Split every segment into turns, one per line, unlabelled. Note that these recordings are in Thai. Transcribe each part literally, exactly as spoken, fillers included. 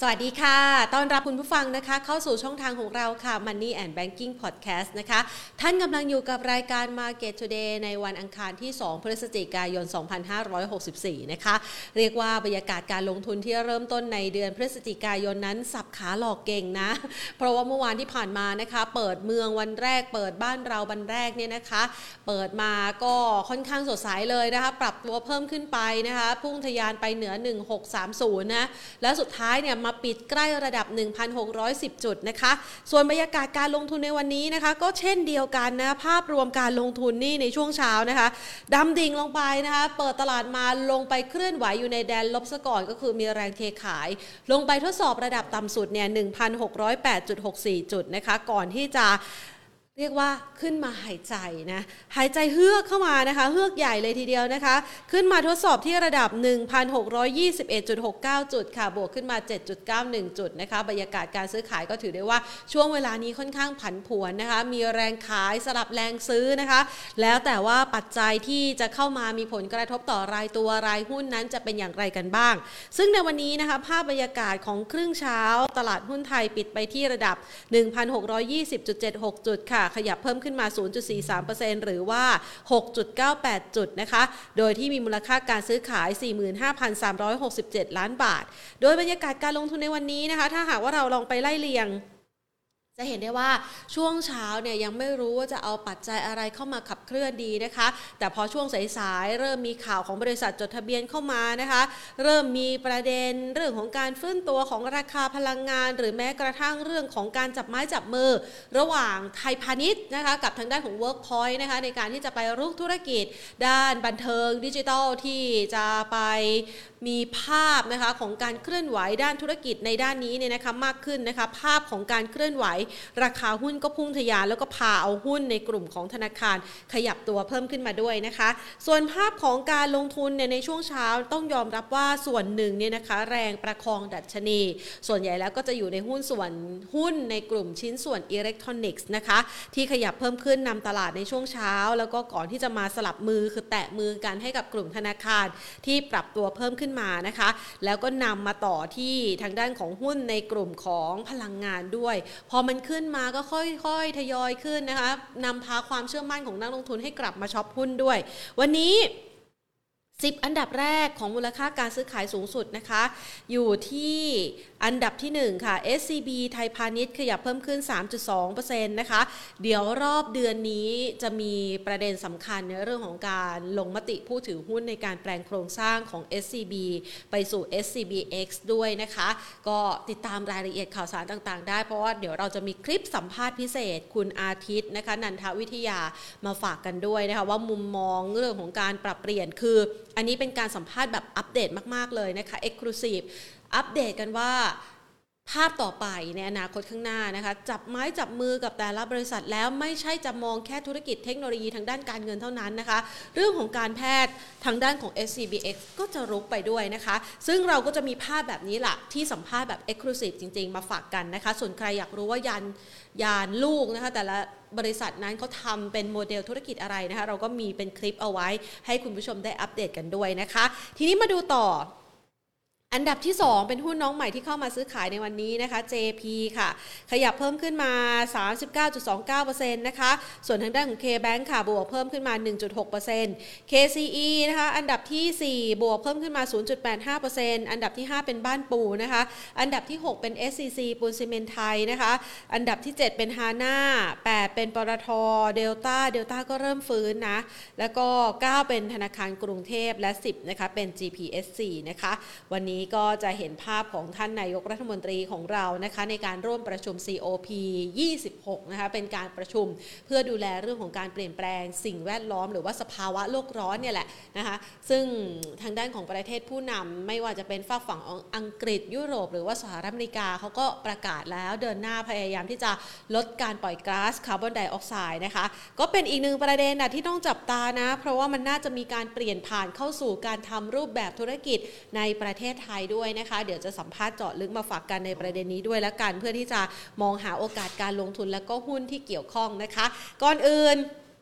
สวัสดีค่ะต้อนรับคุณผู้ฟังนะคะเข้าสู่ช่องทางของเราค่ะ Money and Banking Podcast นะคะท่านกำลังอยู่กับรายการ Market Today ในวันอังคารที่สองพฤศจิกายนสองพันห้าร้อยหกสิบสี่นะคะเรียกว่าบรรยากาศการลงทุนที่เริ่มต้นในเดือนพฤศจิกายนนั้นสับขาหลอกเก่งนะเพราะว่าเมื่อวานที่ผ่านมานะคะเปิดเมืองวันแรกเปิดบ้านเราวันแรกเนี่ยนะคะเปิดมาก็ค่อนข้างสดใสเลยนะคะปรับตัวเพิ่มขึ้นไปนะคะพุ่งทะยานไปเหนือหนึ่งพันหกร้อยสามสิบนะแล้วสุดท้ายเนี่ยมาปิดใกล้ระดับ หนึ่งพันหกร้อยสิบ จุดนะคะส่วนบรรยากาศการลงทุนในวันนี้นะคะก็เช่นเดียวกันนะภาพรวมการลงทุนนี่ในช่วงเช้านะคะดำดิ่งลงไปนะคะเปิดตลาดมาลงไปเคลื่อนไหวอยู่ในแดนลบซะก่อนก็คือมีแรงเทขายลงไปทดสอบระดับต่ำสุดเนี่ย หนึ่งพันหกร้อยแปดจุดหกสี่ จุดนะคะก่อนที่จะเรียกว่าขึ้นมาหายใจนะหายใจเฮือกเข้ามานะคะเฮือกใหญ่เลยทีเดียวนะคะขึ้นมาทดสอบที่ระดับ หนึ่งพันหกร้อยยี่สิบเอ็ดจุดหกเก้า จุดค่ะบวกขึ้นมา เจ็ดจุดเก้าหนึ่ง จุดนะคะบรรยากาศการซื้อขายก็ถือได้ว่าช่วงเวลานี้ค่อนข้างผันผวนนะคะมีแรงขายสลับแรงซื้อนะคะแล้วแต่ว่าปัจจัยที่จะเข้ามามีผลกระทบต่อรายตัวรายหุ้นนั้นจะเป็นอย่างไรกันบ้างซึ่งในวันนี้นะคะภาพบรรยากาศของครึ่งเช้าตลาดหุ้นไทยปิดไปที่ระดับ หนึ่งพันหกร้อยยี่สิบจุดเจ็ดหก จุดค่ะขยับเพิ่มขึ้นมา ศูนย์จุดสี่สามเปอร์เซ็นต์ หรือว่า หกจุดเก้าแปด จุดนะคะโดยที่มีมูลค่าการซื้อขาย สี่หมื่นห้าพันสามร้อยหกสิบเจ็ด ล้านบาทโดยบรรยากาศการลงทุนในวันนี้นะคะถ้าหากว่าเราลองไปไล่เรียงจะเห็นได้ว่าช่วงเช้าเนี่ยยังไม่รู้ว่าจะเอาปัจจัยอะไรเข้ามาขับเคลื่อนดีนะคะแต่พอช่วงสายๆเริ่มมีข่าวของบริษัทจดทะเบียนเข้ามานะคะเริ่มมีประเด็นเรื่องของการฟื้นตัวของราคาพลังงานหรือแม้กระทั่งเรื่องของการจับไม้จับมือระหว่างไทยพาณิชย์นะคะกับทางด้านของ Workpoint นะคะในการที่จะไปรุกธุรกิจด้านบันเทิงดิจิทัลที่จะไปมีภาพนะคะของการเคลื่อนไหวด้านธุรกิจในด้านนี้เนี่ยนะคะมากขึ้นนะคะภาพของการเคลื่อนไหวราคาหุ้นก็พุ่งทะยานแล้วก็พาเอาหุ้นในกลุ่มของธนาคารขยับตัวเพิ่มขึ้นมาด้วยนะคะส่วนภาพของการลงทุนเนี่ยในช่วงเช้าต้องยอมรับว่าส่วนหนึ่งเนี่ยนะคะแรงประคองดัชนีส่วนใหญ่แล้วก็จะอยู่ในหุ้นส่วนหุ้นในกลุ่มชิ้นส่วนอิเล็กทรอนิกส์นะคะที่ขยับเพิ่มขึ้นนำตลาดในช่วงเช้าแล้วก็ก่อนที่จะมาสลับมือคือแตะมือกันให้กับกลุ่มธนาคารที่ปรับตัวเพิ่มขึ้นมานะคะแล้วก็นำมาต่อที่ทางด้านของหุ้นในกลุ่มของพลังงานด้วยพอมันขึ้นมาก็ค่อยๆทยอยขึ้นนะคะนำพาความเชื่อมั่นของนักลงทุนให้กลับมาช็อปหุ้นด้วยวันนี้สิบอันดับแรกของมูลค่าการซื้อขายสูงสุดนะคะอยู่ที่อันดับที่หนึ่งค่ะ เอส ซี บี ไทยพาณิชย์ขยับเพิ่มขึ้น สามจุดสองเปอร์เซ็นต์ นะคะเดี๋ยวรอบเดือนนี้จะมีประเด็นสำคัญในเรื่องของการลงมติผู้ถือหุ้นในการแปลงโครงสร้างของ เอส ซี บี ไปสู่ เอส ซี บี เอ็กซ์ ด้วยนะคะก็ติดตามรายละเอียดข่าวสารต่างๆได้เพราะว่าเดี๋ยวเราจะมีคลิปสัมภาษณ์พิเศษคุณอาทิตย์นะคะนันทวิทยามาฝากกันด้วยนะคะว่ามุมมองเรื่องของการปรับเปลี่ยนคืออันนี้เป็นการสัมภาษณ์แบบอัปเดตมากๆเลยนะคะ Exclusive อัปเดตกันว่าภาพต่อไปในอนาคตข้างหน้านะคะจับไม้จับมือกับแต่ละบริษัทแล้วไม่ใช่จะมองแค่ธุรกิจเทคโนโลยีทางด้านการเงินเท่านั้นนะคะเรื่องของการแพทย์ทางด้านของ เอส ซี บี เอ็กซ์ ก็จะรุกไปด้วยนะคะซึ่งเราก็จะมีภาพแบบนี้แหละที่สัมภาษณ์แบบ Exclusive จริงๆมาฝากกันนะคะส่วนใครอยากรู้ว่ายานยานลูกนะคะแต่ละบริษัทนั้นเขาทำเป็นโมเดลธุรกิจอะไรนะคะเราก็มีเป็นคลิปเอาไว้ให้คุณผู้ชมได้อัปเดตกันด้วยนะคะทีนี้มาดูต่ออันดับที่สองเป็นหุ้นน้องใหม่ที่เข้ามาซื้อขายในวันนี้นะคะ เจ พี ค่ะขยับเพิ่มขึ้นมา สามสิบเก้าจุดสองเก้าเปอร์เซ็นต์ นะคะส่วนทางด้านของ K-Bank ค่ะบวกเพิ่มขึ้นมา หนึ่งจุดหกเปอร์เซ็นต์ เค ซี อี นะคะอันดับที่สี่บวกเพิ่มขึ้นมา ศูนย์จุดแปดห้าเปอร์เซ็นต์ อันดับที่ห้าเป็นบ้านปูนะคะอันดับที่หกเป็น เอส ซี ซี ปูนซีเมนต์ไทยนะคะอันดับที่เจ็ดเป็นฮาน่าแปดเป็นปตท.เดลต้าเดลต้าก็เริ่มฟื้นนะแล้วก็เก้าเป็นธนาคารกรุงเทพและสิบนะคะเป็น จี พี เอส ซี นะคะวันนี้ก็จะเห็นภาพของท่านนายกรัฐมนตรีของเรานะคะในการร่วมประชุม ซี โอ พี ยี่สิบหกนะคะเป็นการประชุมเพื่อดูแลเรื่องของการเปลี่ยนแปลงสิ่งแวดล้อมหรือว่าสภาวะโลกร้อนเนี่ยแหละนะคะซึ่งทางด้านของประเทศผู้นำไม่ว่าจะเป็นฝั่งฝั่งอังกฤษยุโรปหรือว่าสหรัฐอเมริกาเขาก็ประกาศแล้วเดินหน้าพยายามที่จะลดการปล่อยก๊าซคาร์บอนไดออกไซด์นะคะก็เป็นอีกหนึ่งประเด็นนะที่ต้องจับตานะเพราะว่ามันน่าจะมีการเปลี่ยนผ่านเข้าสู่การทำรูปแบบธุรกิจในประเทศไทยด้วยนะคะเดี๋ยวจะสัมภาษณ์เจาะลึกมาฝากกันในประเด็นนี้ด้วยแล้วกันเพื่อที่จะมองหาโอกาสการลงทุนและก็หุ้นที่เกี่ยวข้องนะคะก่อนอื่น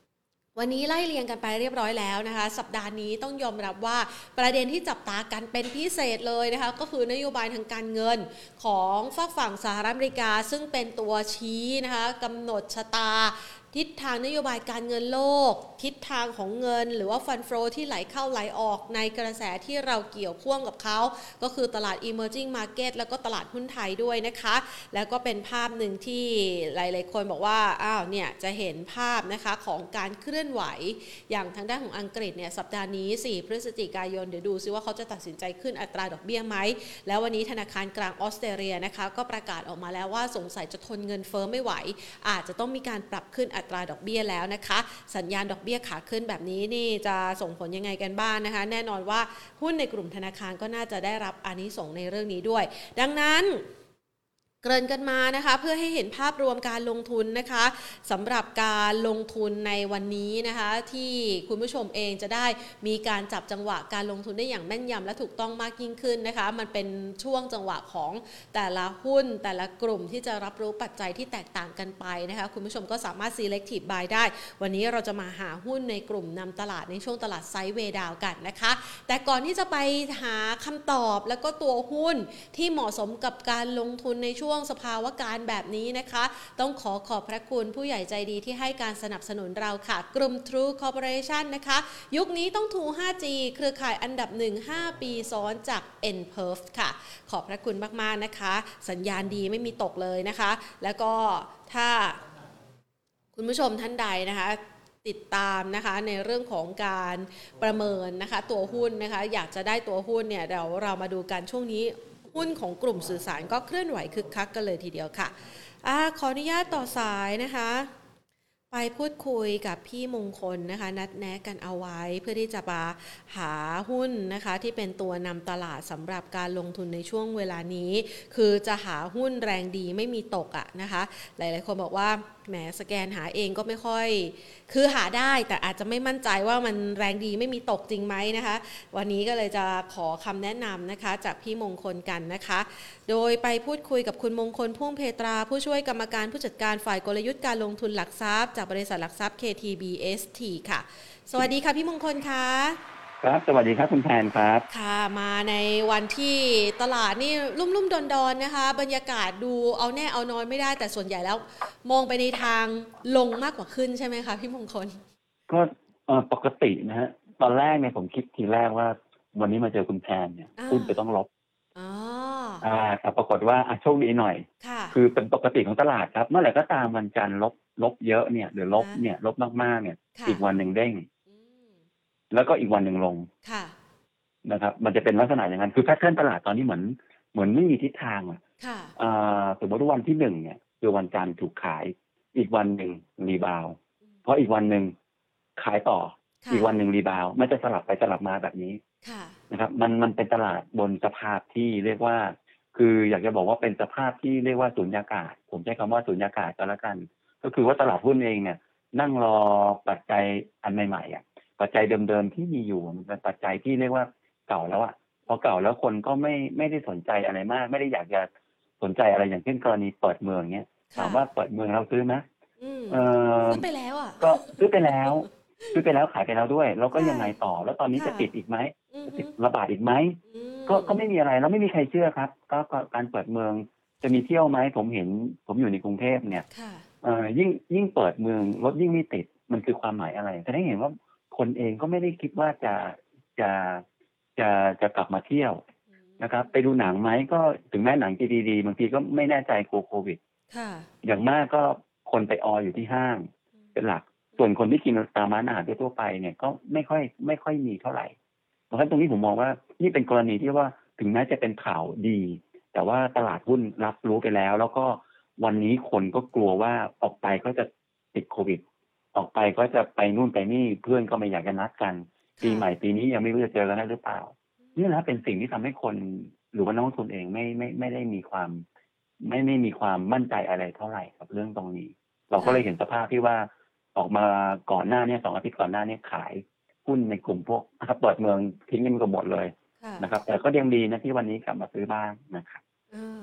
วันนี้ไล่เรียงกันไปเรียบร้อยแล้วนะคะสัปดาห์นี้ต้องยอมรับว่าประเด็นที่จับตากันเป็นพิเศษเลยนะคะก็คือนโยบายทางการเงินของฝั่งฝั่งสหรัฐอเมริกาซึ่งเป็นตัวชี้นะคะกำหนดชะตาทิศทางนโยบายการเงินโลกทิศทางของเงินหรือว่าฟันโฟที่ไหลเข้าไหลออกในกระแสที่เราเกี่ยวข้องกับเขาก็คือตลาด emerging market แล้วก็ตลาดหุ้นไทยด้วยนะคะแล้วก็เป็นภาพหนึ่งที่หลายๆคนบอกว่าอ้าวเนี่ยจะเห็นภาพนะคะของการเคลื่อนไหวอย่างทางด้านของอังกฤษเนี่ยสัปดาห์นี้สี่พฤศจิกายนเดี๋ยวดูซิว่าเขาจะตัดสินใจขึ้นอัตราดอกเบี้ยไหมแล้ววันนี้ธนาคารกลางออสเตรเลียนะคะก็ประกาศออกมาแล้วว่าสงสัยจะทนเงินเฟ้อไม่ไหวอาจจะต้องมีการปรับขึ้นอัตราดอกเบี้ยแล้วนะคะสัญญาณดอกเบี้ยขาขึ้นแบบนี้นี่จะส่งผลยังไงกันบ้าง น, นะคะแน่นอนว่าหุ้นในกลุ่มธนาคารก็น่าจะได้รับอานิสงส์ในเรื่องนี้ด้วยดังนั้นเกริ่นกันมานะคะเพื่อให้เห็นภาพรวมการลงทุนนะคะสำหรับการลงทุนในวันนี้นะคะที่คุณผู้ชมเองจะได้มีการจับจังหวะการลงทุนได้อย่างแม่นยำและถูกต้องมากยิ่งขึ้นนะคะมันเป็นช่วงจังหวะของแต่ละหุ้นแต่ละกลุ่มที่จะรับรู้ปัจจัยที่แตกต่างกันไปนะคะคุณผู้ชมก็สามารถ selective buy ได้วันนี้เราจะมาหาหุ้นในกลุ่มนำตลาดในช่วงตลาดไซด์เวย์ดาวกันนะคะแต่ก่อนที่จะไปหาคำตอบแล้วก็ตัวหุ้นที่เหมาะสมกับการลงทุนในช่วงสภาวะการแบบนี้นะคะต้องขอขอบพระคุณผู้ใหญ่ใจดีที่ให้การสนับสนุนเราค่ะกลุ่ม True Corporation นะคะยุคนี้ต้อง True ไฟว์ จี เครือข่ายอันดับหนึ่ง ห้า ปีซ้อนจาก เอ็น พี อี อาร์ เอฟ ค่ะขอบพระคุณมากๆนะคะสัญญาณดีไม่มีตกเลยนะคะแล้วก็ถ้าคุณผู้ชมท่านใดนะคะติดตามนะคะในเรื่องของการประเมินนะคะตัวหุ้นนะคะอยากจะได้ตัวหุ้นเนี่ยเดี๋ยวเรามาดูกันช่วงนี้หุ้นของกลุ่มสื่อสารก็เคลื่อนไหวคึกคักกันเลยทีเดียวค่ะอ่าขออนุญาตต่อสายนะคะไปพูดคุยกับพี่มงคลนะคะนัดแนะกันเอาไว้เพื่อที่จะมาหาหุ้นนะคะที่เป็นตัวนำตลาดสำหรับการลงทุนในช่วงเวลานี้คือจะหาหุ้นแรงดีไม่มีตกอ่ะนะคะหลายๆคนบอกว่าแหมสแกนหาเองก็ไม่ค่อยคือหาได้แต่อาจจะไม่มั่นใจว่ามันแรงดีไม่มีตกจริงไหมนะคะวันนี้ก็เลยจะขอคำแนะนำนะคะจากพี่มงคลกันนะคะโดยไปพูดคุยกับคุณมงคลพ่วงเพตราผู้ช่วยกรรมการผู้จัดการฝ่ายกลยุทธ์การลงทุนหลักทรัพย์จากบริษัทหลักทรัพย์ เค ที บี เอส ที ค่ะสวัสดีค่ะพี่มงคลค่ะ
ครับสวัสดีครับคุณแทนครับ
ค่ะมาในวันที่ตลาดนี่ลุ่มๆดอนๆนะคะบรรยากาศดูเอาแน่เอานอนไม่ได้แต่ส่วนใหญ่แล้วมองไปในทางลงมากกว่าขึ้นใช่ไหมคะพี่มงคล
ก็ปกตินะฮะตอนแรกเนี่ยผมคิดทีแรกว่าวันนี้มาเจอคุณแทนเนี่ยหุ้นจะต้องลบอ๋ออ่าแต่ปรากฏว่าโชคดีหน่อยคือเป็นปกติของตลาดครับเมื่อไหร่ก็ตามวันจันทร์ลบลบเยอะเนี่ยหรือลบเนี่ยลบมากๆเนี่ยอีกวันหนึ่งเด้งแล้วก็อีกวันหนึ่งลงนะครับมันจะเป็นลักษณะอย่างนั้นคือแพทเทิร์นตลาดตอนนี้เหมือนเหมือนไม่มีทิศทางอ่ะสมมติว่าวันที่หนึ่งเนี่ยคือวันจันทร์ถูกขายอีกวันหนึ่งรีบาวเพราะอีกวันหนึ่งขายต่ออีกวันหนึ่งรีบาวไม่จะสลับไปสลับมาแบบนี้นะครับมันมันเป็นตลาดบนสภาพที่เรียกว่าคืออยากจะบอกว่าเป็นสภาพที่เรียกว่าสุญญากาศผมใช้คำว่าสุญญากาศก็แล้วกันก็คือว่าตลาดหุ้นเองเนี่ยนั่งรอปัจจัยอันใหม่ๆอ่ะปัจจัยเดิมๆที่มีอยู่มันเป็นปัจจัยที่เรียกว่าเก่าแล้วอ่ะพอเก่าแล้วคนก็ไม่ไม่ได้สนใจอะไรมากไม่ได้อยากจะสนใจอะไรอย่างเช่นกรณีเปิดเมืองเนี้ยถามว่าเปิดเมืองเราซื้อไหม
เออซื้อไปแล้วอ่ะ
ก็ซื้อไปแล้วซื้อไปแล้วขายไปแล้วด้วยแล้วก็ยังไงต่อแล้วตอนนี้จะติดอีกไหมจะติดระบาดอีกไหมก็ก็ไม่มีอะไรแล้วไม่มีใครเชื่อครับก็การเปิดเมืองจะมีเที่ยวไหมผมเห็นผมอยู่ในกรุงเทพเนี่ยยิ่งยิ่งเปิดเมืองรถยิ่งไม่ติดมันคือความหมายอะไรแสดงเห็นว่าคนเองก็ไม่ได้คิดว่าจะจะจะจะกลับมาเที่ยวนะครับไปดูหนังไหมก็ถึงแม้หนังจะดีๆบางทีก็ไม่แน่ใจกลัวโควิดอย่างมากก็คนไปอออยู่ที่ห้างเป็นหลักส่วนคนที่กินตามร้านอาหารทั่วไปเนี่ยก็ไม่ค่อยไม่ค่อยมีเท่าไหร่เพราะฉะนั้นตรงนี้ผมมองว่านี่เป็นกรณีที่ว่าถึงแม้จะเป็นข่าวดีแต่ว่าตลาดหุ้นรับรู้ไปแล้วแล้วก็วันนี้คนก็กลัวว่าออกไปก็จะติดโควิดออกไปก็จะไปนู่นไปนี่เพื่อนก็ไม่อยากจะนัดกันปีใหม่ปีนี้ยังไม่รู้จะเจอกันได้หรือเปล่านี่นะเป็นสิ่งที่ทำให้คนหรือว่านักลงทุนเองไม่ไม่ไม่ได้มีความไม่ไม่มีความมั่นใจอะไรเท่าไหร่กับเรื่องตรงนี้เราก็เลยเห็นสภาพที่ว่าออกมาก่อนหน้านี้สองอาทิตย์ก่อนหน้านี้ขายหุ้นในกลุ่มพวกนะครับเปิดเมืองทิ้งกันก็หมดเลยนะครับแต่ก็ยังดีนะที่วันนี้กลับมาซื้อบ้างนะครับ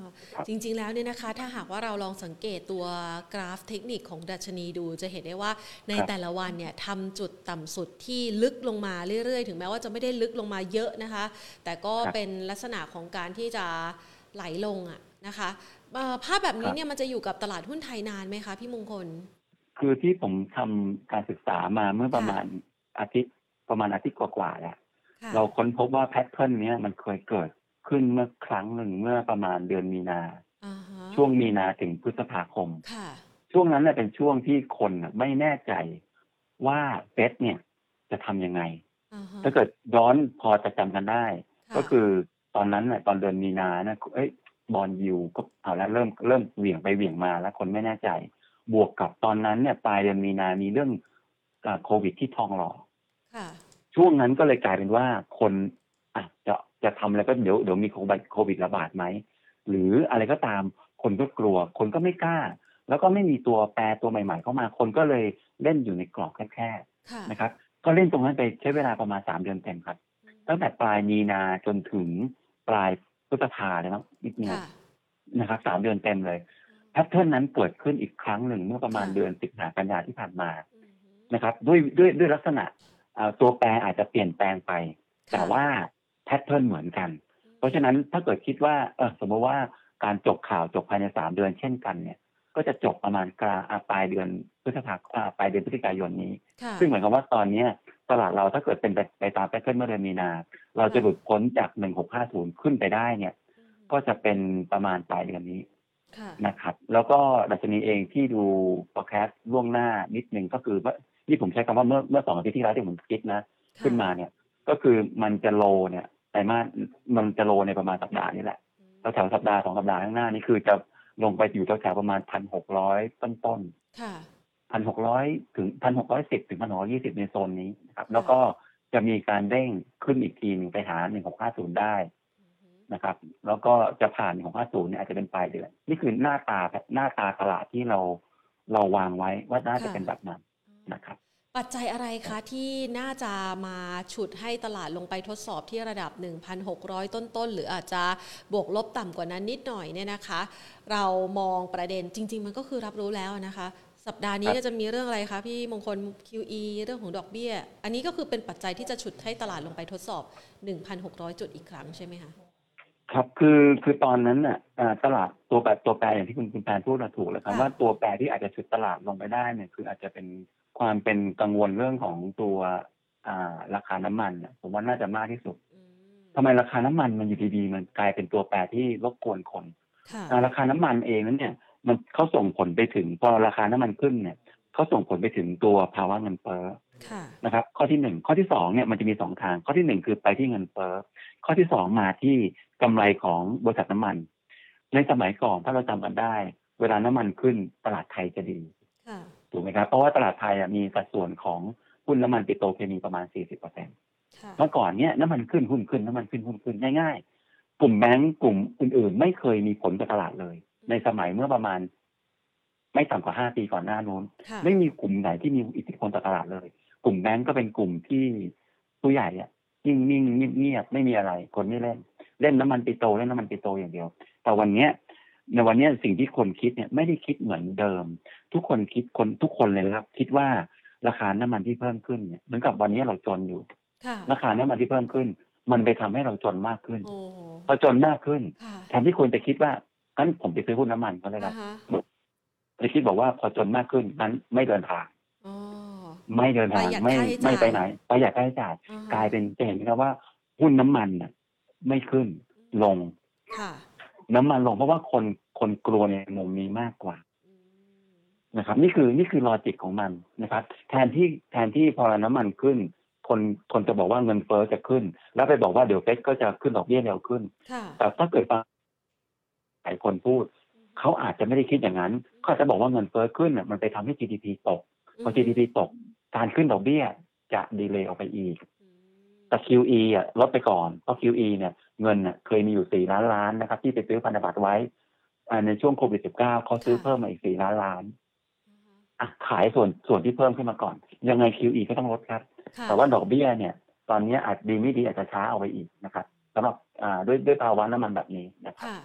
ครับ
จริงๆแล้วเนี่ยนะคะถ้าหากว่าเราลองสังเกตตัวกราฟเทคนิคของดัชนีดูจะเห็นได้ว่าใน
ครับ
แต่ละวันเนี่ยทำจุดต่ำสุดที่ลึกลงมาเรื่อยๆถึงแม้ว่าจะไม่ได้ลึกลงมาเยอะนะคะแต่ก็
ครับ
เป็นลักษณะของการที่จะไหลลงอะนะคะเอ่อภาพแบบ
ค
นี้
รับ
เนี่ยมันจะอยู่กับตลาดหุ้นไทยนานไหมคะพี่มงคล
คือที่ผมทำการศึกษามาเมื่อประ
ค่ะ
มาณอาทิตย์ประมาณอาทิตย์กว่าๆแล้ว
ค่ะ
เราค้นพบว่าแพทเทิร์นเนี้ยมันเคยเกิดขึ้นเมื่อครั้งหนึ่งเมื่อประมาณเดือนมีนา
อ่าฮะ
ช่วงมีนาถึงพฤษภาคม
ค่ะ
ช่วงนั้นเนี่ยเป็นช่วงที่คนน่ะไม่แน่ใจว่าเฟดเนี่ยจะทำยังไง
อ่าฮะ
ถ้าเกิดย้อนพอจะจำกันได้ก็
ค่ะ
คือตอนนั้นน่ะตอนเดือนมีนานะเอ้ยบอนด์ยิลด์ก็เอาแล้วเริ่มเริ่มเหวี่ยงไปเหวี่ยงมาแล้วคนไม่แน่ใจบวกกับตอนนั้นเนี่ยปลายเดือนมีนามีเรื่องอ่าโควิดที่ทองหล่อ
ค่ะ
ช่วงนั้นก็เลยกลายเป็นว่าคนอ่ะจะจะทำอะไรก็เดี๋ยวเดี๋ยวมีโควิดโควิดระบาดไหมหรืออะไรก็ตามคนก็กลัวคนก็ไม่กล้าแล้วก็ไม่มีตัวแปรตัวใหม่ๆเข้ามาคนก็เลยเล่นอยู่ในกรอบแคบ
ค่ะ
ๆนะครับก็เล่นตรงนั้นไปใช้เวลาประมาณสามเดือนเต็มครับตั้งแต่ปลายมีนาจนถึงปลายพฤษภาเลยครับนิดเดียว
ค่ะ
นะครับสามเดือนเต็มเลยแพทเทิร์นนั้นเกิดขึ้นอีกครั้งหนึ่งเมื่อประมาณ
ค่ะ
เดือนสิงหากันยาที่ผ่านมา
อือฮึ
นะครับด้วยด้วยด้วยลักษณะอ่าตัวแปรอาจจะเปลี่ยนแปลงไปแต่
ค่ะ
ว่าแพทเทิร์นเหมือนกันเพราะฉะนั้นถ้าเกิดคิดว่าเออสมมติว่าการจบข่าวจบภายในสามเดือนเช่นกันเนี่ยก็จะจบประมาณกลางอ่าปลายเดือนพฤษภาอ่าปลายเดือนพฤศจิกายนนี้
ค่ะ
ซึ่งเหมือนกับว่าตอนเนี้ยตลาดเราถ้าเกิดเป็นไปไปตามแพทเทิร์นเมื่อเดือนมีนาเราจะหลุดพ้นจากหนึ่งหกห้าศูนย์ขึ้นไปได้เนี่ยก็จะเป็นประมาณปลายเดือนนี้
ค่ะ
นะครับแล้วก็ดัชนีเองที่ดู forecast ล่วงหน้านิดนึงก็คือว่าที่ผมใช้คำว่าเมื่อเมื่อสองอาทิตย์ที่แล้วที่ผมคิดนะขึ้นมาเนี่ยก็คือมันจะโลเนี่ยไตรมาสมันจะโลในประมาณสัปดาห์นี้แหละแถวๆสัปดาห์สองสัปดาห์ข้างหน้านี่คือจะลงไปอยู่แถวๆประมาณพันหกร้อยต้นๆ
ค่ะ
พันหกร้อยถึงพันหกร้อยสิบถึงพันหกร้อยยี่สิบในโซนนี้นะครับแล้วก็จะมีการเด้งขึ้นอีกทีหนึ่งไปหาหนึ่งหกห้าศูนย์ได้นะครับแล้วก็จะผ่านหนึ่งหกห้าศูนย์เนี่ยอาจจะเป็นปลายเดือนนี่คือหน้าตาหน้าตาตลาดที่เราเราวางไว้ว่าน่าจะเป็นแบบนั้นนะครับ
ปัจจัยอะไรคะที่น่าจะมาฉุดให้ตลาดลงไปทดสอบที่ระดับ หนึ่งพันหกร้อย ต้นๆหรืออาจจะบวกลบต่ำกว่านั้นนิดหน่อยเนี่ยนะคะเรามองประเด็นจริงๆมันก็คือรับรู้แล้วนะคะสัปดาห์นี้ก็จะมีเรื่องอะไรคะพี่มงคล คิว อี เรื่องของดอกเบี้ยอันนี้ก็คือเป็นปัจจัยที่จะฉุดให้ตลาดลงไปทดสอบ หนึ่งพันหกร้อย จุดอีกครั้งใช่ไหมคะ
ครับคือคือตอนนั้นน่ะตลาดตัวแปรตัวแปรอย่างที่คุณคุณแปนพูดมาถูกเลยครับว่าตัวแปรที่อาจจะฉุดตลาดลงไปได้เนี่ยคืออาจจะเป็นความเป็นกังวลเรื่องของตัวราคาน้ำมันผมว่าน่าจะมากที่สุดทำไมราคาน้ำมันมันอยู่ดีๆมันกลายเป็นตัวแปรที่รบกวนคนราคาน้ำมันเองนั้นเนี่ยมันเขาส่งผลไปถึงพอราคาน้ำมันขึ้นเนี่ยเขาส่งผลไปถึงตัวภาวะเงินเฟ้อนะครับข้อที่หนึ่งข้อที่สองเนี่ยมันจะมีสองทางข้อที่หนึ่งคือไปที่เงินเฟ้อข้อที่สองมาที่กำไรของบริษัทน้ำมันในสมัยก่อนถ้าเราจำกันได้เวลาน้ำมันขึ้นตลาดไทยจะดีถูกไหมครับเพราะว่าตลาดไทยมีสัดส่วนของหุ้นน้ำมันปิโตรเคมีประมาณ สี่สิบเปอร์เซ็นต์ เมื่อก่อนเนี้ยน้ำมันขึ้นหุ้นขึ้นน้ำมันขึ้นหุ้นขึ้นง่ายๆกลุ่มแบงก์กลุ่มอื่นๆไม่เคยมีผลกับตลาดเลยในสมัยเมื่อประมาณไม่ต่ำกว่าห้าปีก่อนหน้านู้นไม่มีกลุ่มไหนที่มีอิทธิพลต่อตลาดเลยกลุ่มแบงก์ก็เป็นกลุ่มที่ผู้ใหญ่อะนิ่งๆเงียบๆไม่มีอะไรคนไม่เล่นเล่นน้ำมันปิโตรเล่นน้ำมันปิโตรอย่างเดียวแต่วันเนี้ยในวันนี้สิ่งที่คนคิดเนี่ยไม่ได้คิดเหมือนเดิมทุกคนคิดคนทุกคนเลยครับคิดว่าราคาน้ำมันที่เพิ่มขึ้นเนี่ยเหมือนกับวันนี้เราจนอยู่ราคาน้ำมันที่เพิ่มขึ้นมันไปทำให้เราจนมากขึ้นพอจนมากขึ้นแทนที่ควรจะคิดว่างั้นผมไปซื้อหุ้นน้ำมันก็ได้ครับจะคิดบอกว่าพอจนมากขึ้นนั้นไม่เดินทางไม่เดินทางไม่ไม่ไปไหนประหยัดค่าใช้จ่ายกลายเป็นจะเห็นครับว่าหุ้นน้ำมันน่ะไม่ขึ้นลงน้ำมันลงเพราะว่าคนคนกลัวในมุมนี้มากกว่านะครับนี่คือนี่คือลอจิกของมันนะครับแทนที่แทนที่พอน้ำมันขึ้นคนคนจะบอกว่าเงินเฟ้อจะขึ้นแล้วไปบอกว่าเดี๋ยวเฟดก็จะขึ้นดอกเบี้ยเร็วขึ้นแต่ถ้าเกิดหลายคนพูดเขาอาจจะไม่ได้คิดอย่างนั้นเขาจะบอกว่าเงินเฟ้อขึ้นเนี่ยมันไปทำให้ จี ดี พี ตกพอ จี ดี พี ตกการขึ้นดอกเบี้ยจะดีเลย์ออกไปอีกแต่ คิว อี อ่ะลดไปก่อนเพราะ คิว อี เนี่ยเงินน่ะเคยมีอยู่สี่ล้านล้านนะครับที่ไปซื้อพันธบัตรไว้ในช่วงโควิด สิบเก้า เขาซื้อเพิ่มมาอีกสี่ล้านล้านอ่ะขายส่วนส่วนที่เพิ่มขึ้นมาก่อนยังไง คิว อี ก็ต้องลดครับแต่ว่าดอกเบี้ยเนี่ยตอนนี้อาจดีไม่ดีอาจจะช้าเอาไปอีกนะครับสำหรับด้วยด้วยภาวะน้ำมันแบบนี้นะครับ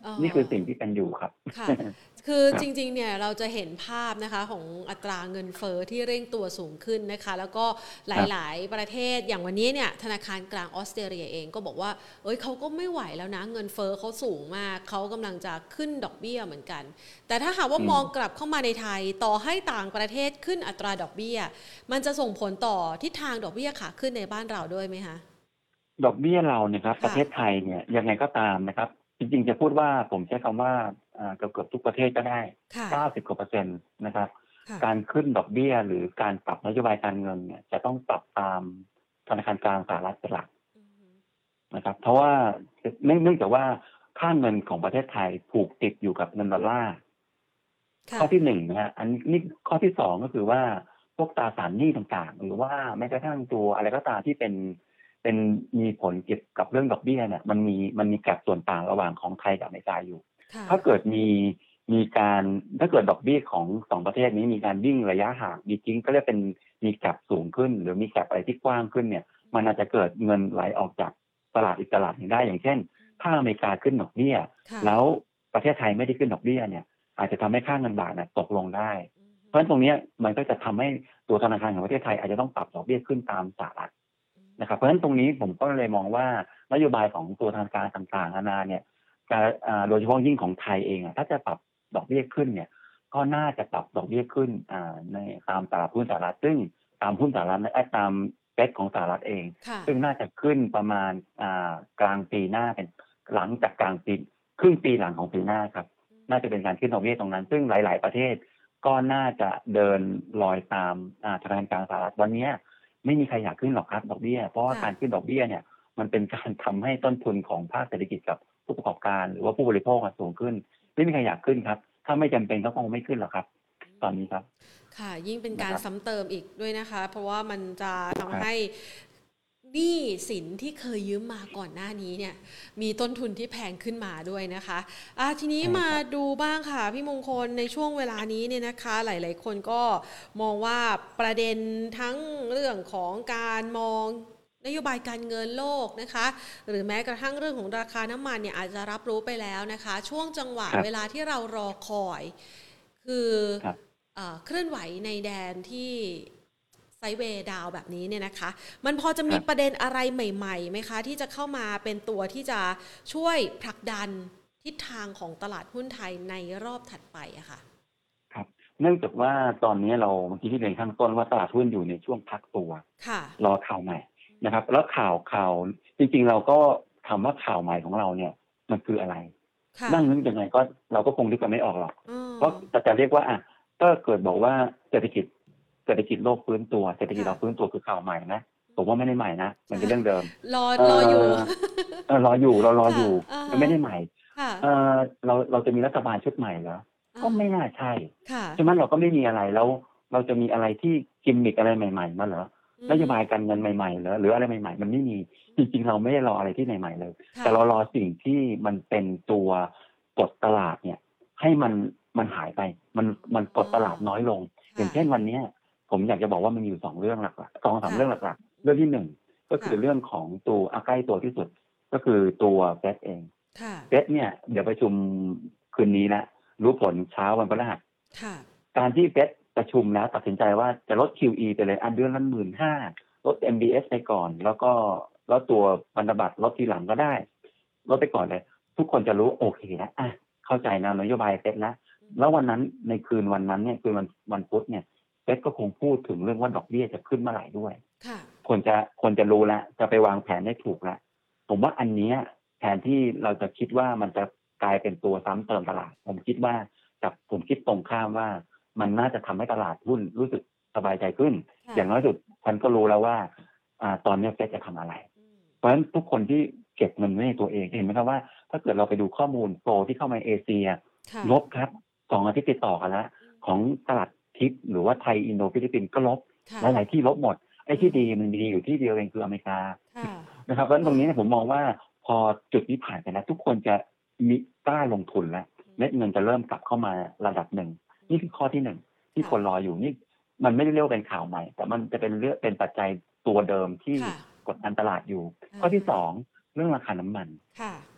อ๋อ
นี่คือสิ่งที่เป็นอยู่ครับ
ค่ะ คือ
ครั
จ
บ
ริงๆเนี่ยเราจะเห็นภาพนะคะของอัตราเงินเฟ้อที่เร่งตัวสูงขึ้นนะคะแล้วก็ห
ครับ
ลายๆประเทศอย่างวันนี้เนี่ยธนาคารกลางออสเตรเลียเองก็บอกว่าเอ้ยเขาก็ไม่ไหวแล้วนะเงินเฟ้อเขาสูงมากเขากำลังจะขึ้นดอกเบี้ยเหมือนกันแต่ถ้าหากว่า
อืม
มองกลับเข้ามาในไทยต่อให้ต่างประเทศขึ้นอัตราดอกเบี้ยมันจะส่งผลต่อทิศทางดอกเบี้ยขาขึ้นในบ้านเราด้วยไหมคะ
ดอกเบี้ยเราเนี่ยครับประ
ค่ะ
เทศไทยเนี่ยยังไงก็ตามนะครับจริงๆจะพูดว่าผมใช้คำว่าอ่าเกือบๆทุกประเทศก็ได้
ค่ะ
เก้าสิบกว่าเปอร์เซ็นต์นะครับ
ค่ะ
การขึ้นดอกเบี้ยหรือการปรับนโยบายการเงินเนี่ยจะต้องปรับตามธนาคารกลางสหรัฐเป็นหลัก
อือฮึ
นะครับเพราะว่าเนื่องเนื่องจากว่าค่าเงินของประเทศไทยผูกติดอยู่กับเงินดอลลาร์ ข้
ค่ะ
อที่หนึ่งนะฮะอันนี้ข้อที่สองก็คือว่าพวกตราสารหนี้ต่างๆหรือว่าแม้กระทั่งตัวอะไรก็ตามที่เป็นเป็นมีผลเกี่ยวกับเรื่องดอกเบี้ยเนี่ยมันมีมันมีแกลบส่วนต่างระหว่างของไทยกับอเมริกาอยู่
ค่ะ
ถ้าเกิดมีมีการถ้าเกิดดอกเบี้ยของสองประเทศนี้มีการวิ่งระยะห่างมีจริงก็เรียกเป็นมีแกลบสูงขึ้นหรือมีแกลบอะไรที่กว้างขึ้นเนี่ยมันอาจจะเกิดเงินไหลออกจากตลาดอีกตลาดหนึ่งได้อย่างเช่นถ้าอเมริกาขึ้นดอกเบี้ย
ค่ะ
แล้วประเทศไทยไม่ได้ขึ้นดอกเบี้ยเนี่ยอาจจะทำให้ค่าเงินบาทเนี่ยตกลงได้
อือฮึ
เพราะฉะนั้นตรงเนี้ยมันก็จะทำให้ตัวธนาคารแห่งประเทศไทยอาจจะต้องปรับดอกเบี้ยขึ้นตามสหรัฐนะครับเพราะฉะนั้นตรงนี้ผมก็เลยมองว่านโยบายของตัวธนาคารต่างๆนานาเนี่ยการอ่าโดยเฉพาะยิ่งของไทยเองอ่ะถ้าจะปรับดอกเบี้ยขึ้นเนี่ยก็น่าจะปรับดอกเบี้ยขึ้นอ่าในตามตลาดหุ้นสหรัฐซึ่งตามหุ้นสหรัฐเอ่อตามเฟดของสหรัฐเอง
ค่ะ
ซึ่งน่าจะขึ้นประมาณอ่ากลางปีหน้าเป็นหลังจากกลางปีครึ่งปีหลังของปีหน้าครับน่าจะเป็นการขึ้นดอกเบี้ยตรงนั้นซึ่งหลาย ๆประเทศ ก็น่าจะเดินรอยตามธนาคารกลางสหรัฐวันนี้ไม่มีใครอยากขึ้นหรอกครับดอกเบี้ยเพราะว่า
ค่ะ
การขึ้นดอกเบี้ยเนี่ยมันเป็นการทำให้ต้นทุนของภาคเศรษฐกิจกับผู้ประกอบการหรือว่าผู้บริโภคสูงขึ้นไม่มีใครอยากขึ้นครับถ้าไม่จำเป็นก็คงไม่ขึ้นหรอกครับตอนนี้ครับ
ค่ะยิ่งเป็น
นะครับ
การซ้ำเติมอีกด้วยนะคะเพราะว่ามันจะ
ค
ทำ
รับ
ให้หนี้สินที่เคยยืมมาก่อนหน้านี้เนี่ยมีต้นทุนที่แพงขึ้นมาด้วยนะคะอ่ะทีนี้
ใช่
มา
ครับ
ดูบ้างค่ะพี่มงคลในช่วงเวลานี้เนี่ยนะคะหลายๆคนก็มองว่าประเด็นทั้งเรื่องของการมองนโยบายการเงินโลกนะคะหรือแม้กระทั่งเรื่องของราคาน้ำมันเนี่ยอาจจะรับรู้ไปแล้วนะคะช่วงจังหวะ
ครับ
เวลาที่เรารอคอยคือ
ครับ
เอ่อเคลื่อนไหวในแดนที่ไซด์เวย์ดาวแบบนี้เนี่ยนะคะมันพอจะมี
ครับ
ประเด็นอะไรใหม่ๆไหมคะที่จะเข้ามาเป็นตัวที่จะช่วยผลักดันทิศทางของตลาดหุ้นไทยในรอบถัดไปอะค่ะ
ครับเนื่องจากว่าตอนนี้เราเมื่อกี้ที่เรียนข้างต้นว่าตลาดหุ้นอยู่ในช่วงพักตัว
ค่ะ
รอข่าวใหม่นะครับแล้วข่าวข่าวจริงๆเราก็ถามว่าข่าวใหม่ของเราเนี่ยมันคืออะไร
ค่ะ
นั่งนึกยังไงก็เราก็คงนึกกันไม่ออกหรอก
อ๋
เพราะ
อ
จะจะเรียกว่าอ่ะก็เกิดบอกว่าเศรษฐกิจเศรษฐกิจโลกฟื้นตัวเศรษฐกิจ
ค่ะ
เราฟื้นตัวคือข่าวใหม่นะผมว่าไม่ได้ใหม่นะมันเป็นเรื่องเดิม
รอ
เอ่
รออยู่
อเออรออยู่เรารออ
ค่ะ
ยู่
อ่า
มัน
ฮะ
ไม่ได้ใหม่
ค่ะ
เออเราเราจะมีรัฐบาลชุดใหม่เหรอก็
อ่า
ไม่น่าใช่
ค่ะ
ใช่ไหมเราก็ไม่มีอะไรแล้วเราจะมีอะไรที่กิมมิกอะไรใหม่ๆมาเหรอ
อือฮึ
นโยบายการเงินใหม่ๆเหรอหรืออะไรใหม่ๆมันไม่มีจริงๆเราไม่ได้รออะไรที่ใหม่ๆเลยแต่
ค่ะ
เรารอสิ่งที่มันเป็นตัวกดตลาดเนี่ยให้มันมันหายไปมันมันกดตลาดน้อยลงอย่า
ค่ะ
งเช่นวันเนี้ยผมอยากจะบอกว่ามันมีอยู่สองเรื่องหลักๆสองสาม
ค่ะ
เรื่องหลักๆเรื่องที่หนึ่งก็คื
ค่ะ
อเรื่องของตัวอาใกล้ตัวที่สุดก็คือตัวเฟดเอง
ค่ะ
เฟดเนี่ยเดี๋ยวประชุมคืนนี้นะรู้ผลเช้าวันพฤหัส
ค่ะ
การที่เฟดประชุมแล้วตัดสินใจว่าจะลด คิว อี ไปเลยอันเดือนละหมื่นห้าลด เอ็ม บี เอส ไปก่อนแล้วก็แล้วตัวพันธบัตรลดทีหลังก็ได้ลดไปก่อนเลยทุกคนจะรู้โอเคนะอ่ะเข้าใจนะนโยบายเฟดนะแล้ววันนั้นในคืนวันนั้นเนี่ยคืนวันวันพุธเนี่ยเฟดก็คงพูดถึงเรื่องว่าดอกเบี้ยจะขึ้นเมื่อไหร่ด้วย
ค่ะ
คนจะคนจะรู้แล้วจะไปวางแผนได้ถูกแล้วผมว่าอันเนี้ยแทนที่เราจะคิดว่ามันจะกลายเป็นตัวซ้ำเติมตลาดผมคิดว่ากับผมคิดตรงข้ามว่ามันน่าจะทำให้ตลาดหุ้นรู้สึกสบายใจขึ้น
ค่ะ
อย่างน้อยสุดฉันก็รู้แล้วว่าอ่าตอนนี้เฟดจะทำอะไร
อืม
เพราะฉะนั้นทุกคนที่เก็บเงินไว้ในตัวเองเห็นไหมครับว่าถ้าเกิดเราไปดูข้อมูลโฟลที่เข้ามาเอเชีย
ค่ะ
ลบครับสองอาทิตย์ติดต่อกันแล้วของตลาดทิปหรือว่าไทยอินโดฟิลิปปินส์ก็ลบ
ค่ะ
หลายๆที่ลบหมดไอ้ที่ดีมันมีอยู่ที่เดียวเองคืออเมริกา
ค่ะ
นะครับเพราะฉะนั้นตรงนี้ผมมองว่าพอจุดนี้ผ่านไปแล้วทุกคนจะมีกล้าลงทุนแล้วเม็ดเงินจะเริ่มกลับเข้ามาระดับหนึ่งนี่คือข้อที่หนึ่งที่คนรออยู่นี่มันไม่ได้เรียกว่าเป็นข่าวใหม่แต่มันจะเป็นเรื่องเป็นปัจจัยตัวเดิมที่กดดันตลาดอยู่ข้อที่สองเรื่องราคาน้ำมัน
ค่ะ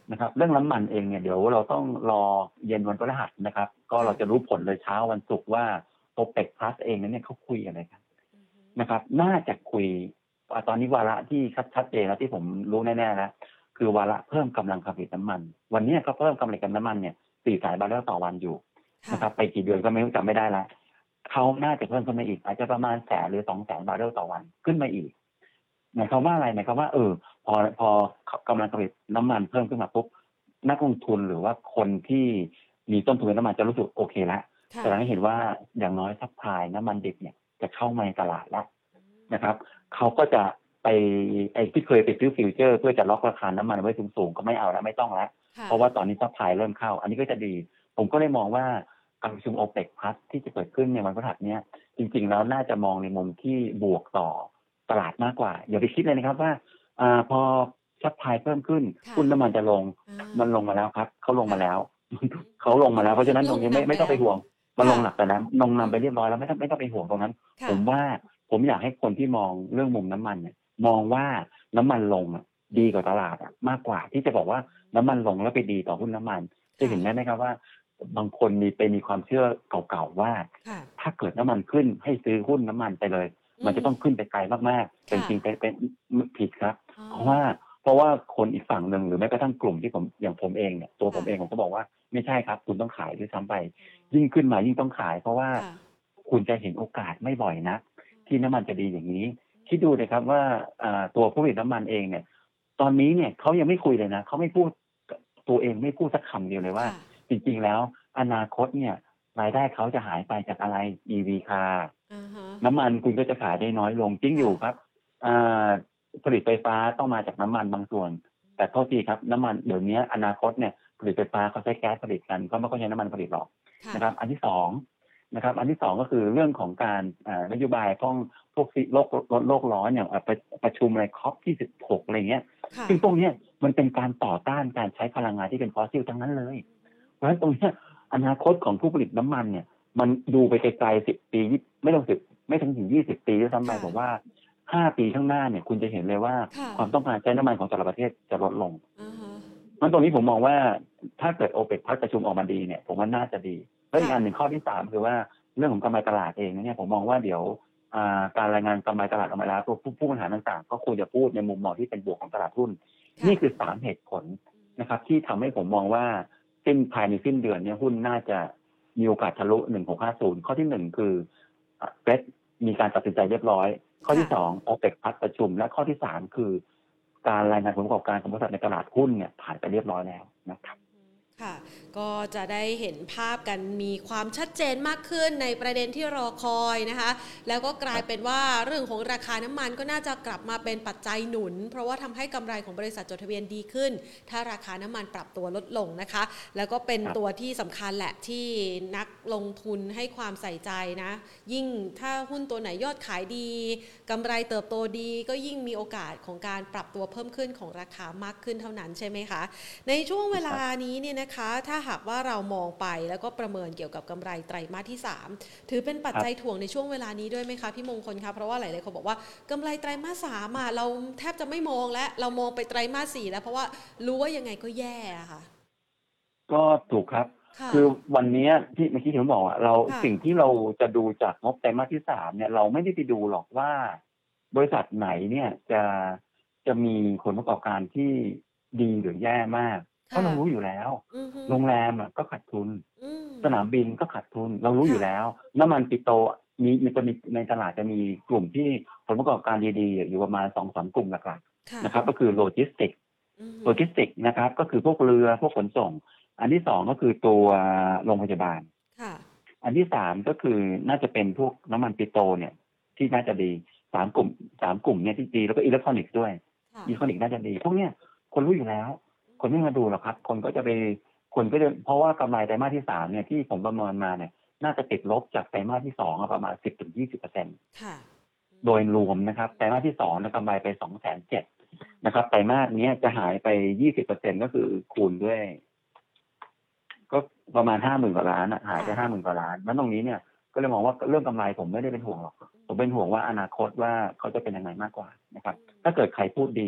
นะครับเรื่องน้ำมันเองเนี่ยเดี๋ยวเราต้องรอเย็นวันพฤหัสนะครับก็เราจะรู้ผลเลยเช้าวันศุกร์ว่า OPEC Plus เองนั้นเนี่ยเขาคุยอะไรกันนะครับน่าจะคุยตอนนี้วาระที่ชัดเจนแล้วที่ผมรู้แน่ๆแล้วคือวาระเพิ่มกำลังการผลิตน้ำมันวันนี้ก็เพิ่มกำลังการน้ำมันเนี่ยสี่แสนบาร์เรลต่อวันอยู่นะครับไปกี่เดือนก็ไม่รู้จำไม่ได้แล้วเขาน่าจะเพิ่มขึ้นมาอีกอาจจะประมาณแสนหรือสองแสนบาร์เรลต่อวันขึ้นมาอีกหมายความว่าอะไรหมายความว่าเออพอพอกำลังผลิตน้ำมันเพิ่มขึ้นมาปุ๊บนักลงทุนหรือว่าคนที่มีต้นทุนน้ำมันจะรู้สึกโอเคแล้วแสดงให้เห็นว่าอย่างน้อยซัพพลายน้ำมันดิบเนี่ยจะเข้ามาในตลาดแล้วนะครับเขาก็จะไปไอ้ที่เคยไปซื้อฟิวเจอร์เพื่อจะล็อกราคาน้ำมันไว้สูงๆก็ไม่เอาแล้วไม่ต้องแล้วเพราะว่าตอนนี้ซัพพลายเริ่มเข้าอันนี้ก็จะดีผมก็เลยมองว่าการประชุม OPEC Plus ที่จะเกิดขึ้นในวันพฤหัสเนี้ยจริงๆแล้วน่าจะมองในมุมที่บวกต่อตลาดมากกว่าอย่าไปคิดเลยนะครับว่าอ่าพอซัพพลายเพิ่มขึ้นหุ้นน้ำมันจะลงมันลงมาแล้วครับเขาลงมาแล้วเขาลงมาแล้วเพราะฉะนั้นตรงนี้ไม่ไม่ต้องไปห่วงมันลงหนักแต่นั้นลงนำไปเรียบร้อยแล้วไม่ต้องไม่ต้องไปห่วงตรงนั้นผมว่าผมอยากให้คนที่มองเรื่องมุมน้ำมันเนี่ยมองว่าน้ำมันลงดีกว่าตลาดมากกว่าที่จะบอกว่าน้ำมันลงแล้วไปดีต่อหุ้นน้ำมันจะเห็นได้ไหมครับว่าบางคนมีไปมีความเชื่อเก่าๆว่าถ้าเกิดน้ำมันขึ้นให้ซื้อหุ้นน้ำมันไปเลยมันจะต้องขึ้นไปไกลมากๆแต่จริงๆเป็นผิดครับเพราะว่าเพราะว่าคนอีกฝั่งหนึ่งหรือแม้กระทั่งกลุ่มที่ผมอย่างผมเองเนี่ยตัวผมเองผมก็บอกว่าไม่ใช่ครับคุณต้องขายด้วยซ้ำไปยิ่งขึ้นมายิ่งต้องขายเพราะว่าคุณจะเห็นโอกาสไม่บ่อยนะที่น้ำมันจะดีอย่างนี้คิดดูเลยครับว่าตัวผู้ผลิตน้ำมันเองเนี่ยตอนนี้เนี่ยเขายังไม่คุยเลยนะเขาไม่พูดตัวเองไม่พูดสักคำเดียวเลยว่าจริงๆแล้วอนาคตเนี่ยรายได้เขาจะหายไปจากอะไร อี วี car น้ำมันคุณก็จะขายได้น้อยลงจริงอยู่ครับผลิตไฟฟ้าต้องมาจากน้ำมันบางส่วนแต่โทษทีครับน้ำมันเดี๋ยวนี้อนาคตเนี่ยผลิตไฟฟ้าเขาใช้แก๊สผลิตกันเขาไม่ค่อยใช้น้ำมันผลิตหรอกนะครับอันที่สองนะครับอันที่สองก็คือเรื่องของการนโยบายป้องพวกโลกลดโลกร้อนอย่างประชุมอะไรคอปที่สิบหกอะไรเงี้ยซึ่งตรงนี้มันเป็นการต่อต้านการใช้พลังงานที่เป็นฟอสซิลทั้งนั้นเลยเพราะฉะนั้นตรงนี้อนาคตของผู้ผลิตน้ำมันเนี่ยมันดูไปไกลๆสิบปีไม่ต้องสิบไม่ถึงถึงยี่สิบปีด้วยซ้ำไปผมว่าห้าปีข้างหน้าเนี่ยคุณจะเห็นเลยว่าความต้องการใช้น้ำมันของแต่ละประเทศจะลดลงมันตรงนี้ผมมองว่าถ้าเกิด OPEC พักประชุมออกมาดีเนี่ยผมว่าน่าจะดีแล้วอีกอันหนึ่งข้อที่สามคือว่าเรื่องของกำไรตลาดเองเนี่ยผมมองว่าเดี๋ยวการรายงานกำไรตลาดออกมาแล้วผู้ผู้บริหารต่างๆก็ควรจะพูดในมุมมองที่เป็นบวกของตลาดหุ้นนี่คือสามเหตุผลนะครับที่ทำให้ผมมองว่าสิ้นภายในสิ้นเดือนเนี่ยหุ้นน่าจะมีโอกาสทะลุหนึ่งพันหกร้อยห้าสิบข้อที่หนึ่งคือเฟดมีการตัดสินใจเรียบร้อยข้อที่สอง OPEC พักประชุมและข้อที่สามคือการรายงานผลประกอบการของบริษัทในตลาดหุ้นเนี่ยผ่านไปเรียบร้อยแล้วนะครับ
ค่ะก็จะได้เห็นภาพกันมีความชัดเจนมากขึ้นในประเด็นที่รอคอยนะคะแล้วก็กลายเป็นว่าเรื่องของราคาน้ำมันก็น่าจะกลับมาเป็นปัจจัยหนุนเพราะว่าทำให้กำไรของบริษัทจดทะเบียนดีขึ้นถ้าราคาน้ำมันปรับตัวลดลงนะคะแล้วก็เป็นตัวที่สำคัญแหละที่นักลงทุนให้ความใส่ใจนะยิ่งถ้าหุ้นตัวไหนยอดขายดีกำไรเติบโตดีก็ยิ่งมีโอกาสของการปรับตัวเพิ่มขึ้นของราคามากขึ้นเท่านั้นใช่ไหมคะในช่วงเวลานี้เนี่ยถ้าหากว่าเรามองไปแล้วก็ประเมินเกี่ยวกับกำไรไตรมาสที่สามถือเป็นปัจจัยถ่วงในช่วงเวลานี้ด้วยไหมคะพี่มงคลคะเพราะว่าหลายๆคนบอกว่ากำไรไตรมาสสามอ่ะเราแทบจะไม่มองแล้วเรามองไปไตรมาสสี่แล้วเพราะว่ารู้ว่ายังไงก็แย่ค่ะ
ก็ถูกครับคือวันนี้ที่เมื่อกี้ที่ผมบอกอ่ะเราสิ่งที่เราจะดูจากงบไตรมาสที่สามเนี่ยเราไม่ได้ไปดูหรอกว่าบริษัทไหนเนี่ยจะจะมีผลประกอบการที่ดีหรือแย่มากเพราะเรารู้อยู่แล้วโรงแรมก็ขาดทุนสนามบินก็ขาดทุนเรารู้อยู่แล้วน้ำมันปิโตรมีมันจะมีในตลาดจะมีกลุ่มที่ผลประกอบการดีๆอยู่ประมาณ สองถึงสาม กลุ่มหลักๆนะครับก็คือโลจิสติกโลจิสติกนะครับก็คือพวกเรือพวกขนส่งอันที่สองก็คือตัวโรงพยาบาลอันที่สามก็คือน่าจะเป็นพวกน้ำมันปิโตรเนี่ยที่น่าจะดีสามกลุ่มสามกลุ่มเนี่ยที่ดีแล้วก็อิเล็กทรอนิกส์ด้วยอิเล็กทรอนิกส์น่าจะดีพวกเนี้ยคนรู้อยู่แล้วคนไม่มาดูหรอกครับคนก็จะไปคนก็จะเพราะว่ากำไรไตรมาสที่สามเนี่ยที่ผมประเมินมาเนี่ยน่าจะติดลบจากไตรมาสที่สองประมาณ สิบถึงยี่สิบเปอร์เซ็นต์ ค่ะโดยรวมนะครับไตรมาสที่สองเนี่ยกำไรไป สองแสนเจ็ดหมื่น นะครับไตรมาสนี้จะหายไป ยี่สิบเปอร์เซ็นต์ ก็คือคูณด้วยก็ประมาณ ห้าหมื่น กว่าล้านอ่ะหายไป ห้าหมื่น กว่าล้านนั้นตรงนี้เนี่ยก็เลยมองว่าเรื่องกำไรผมไม่ได้เป็นห่วงหรอกผมเป็นห่วงว่าอนาคตว่าเขาจะเป็นยังไงมากกว่านะครับถ้าเกิดใครพูดดีเนี่ย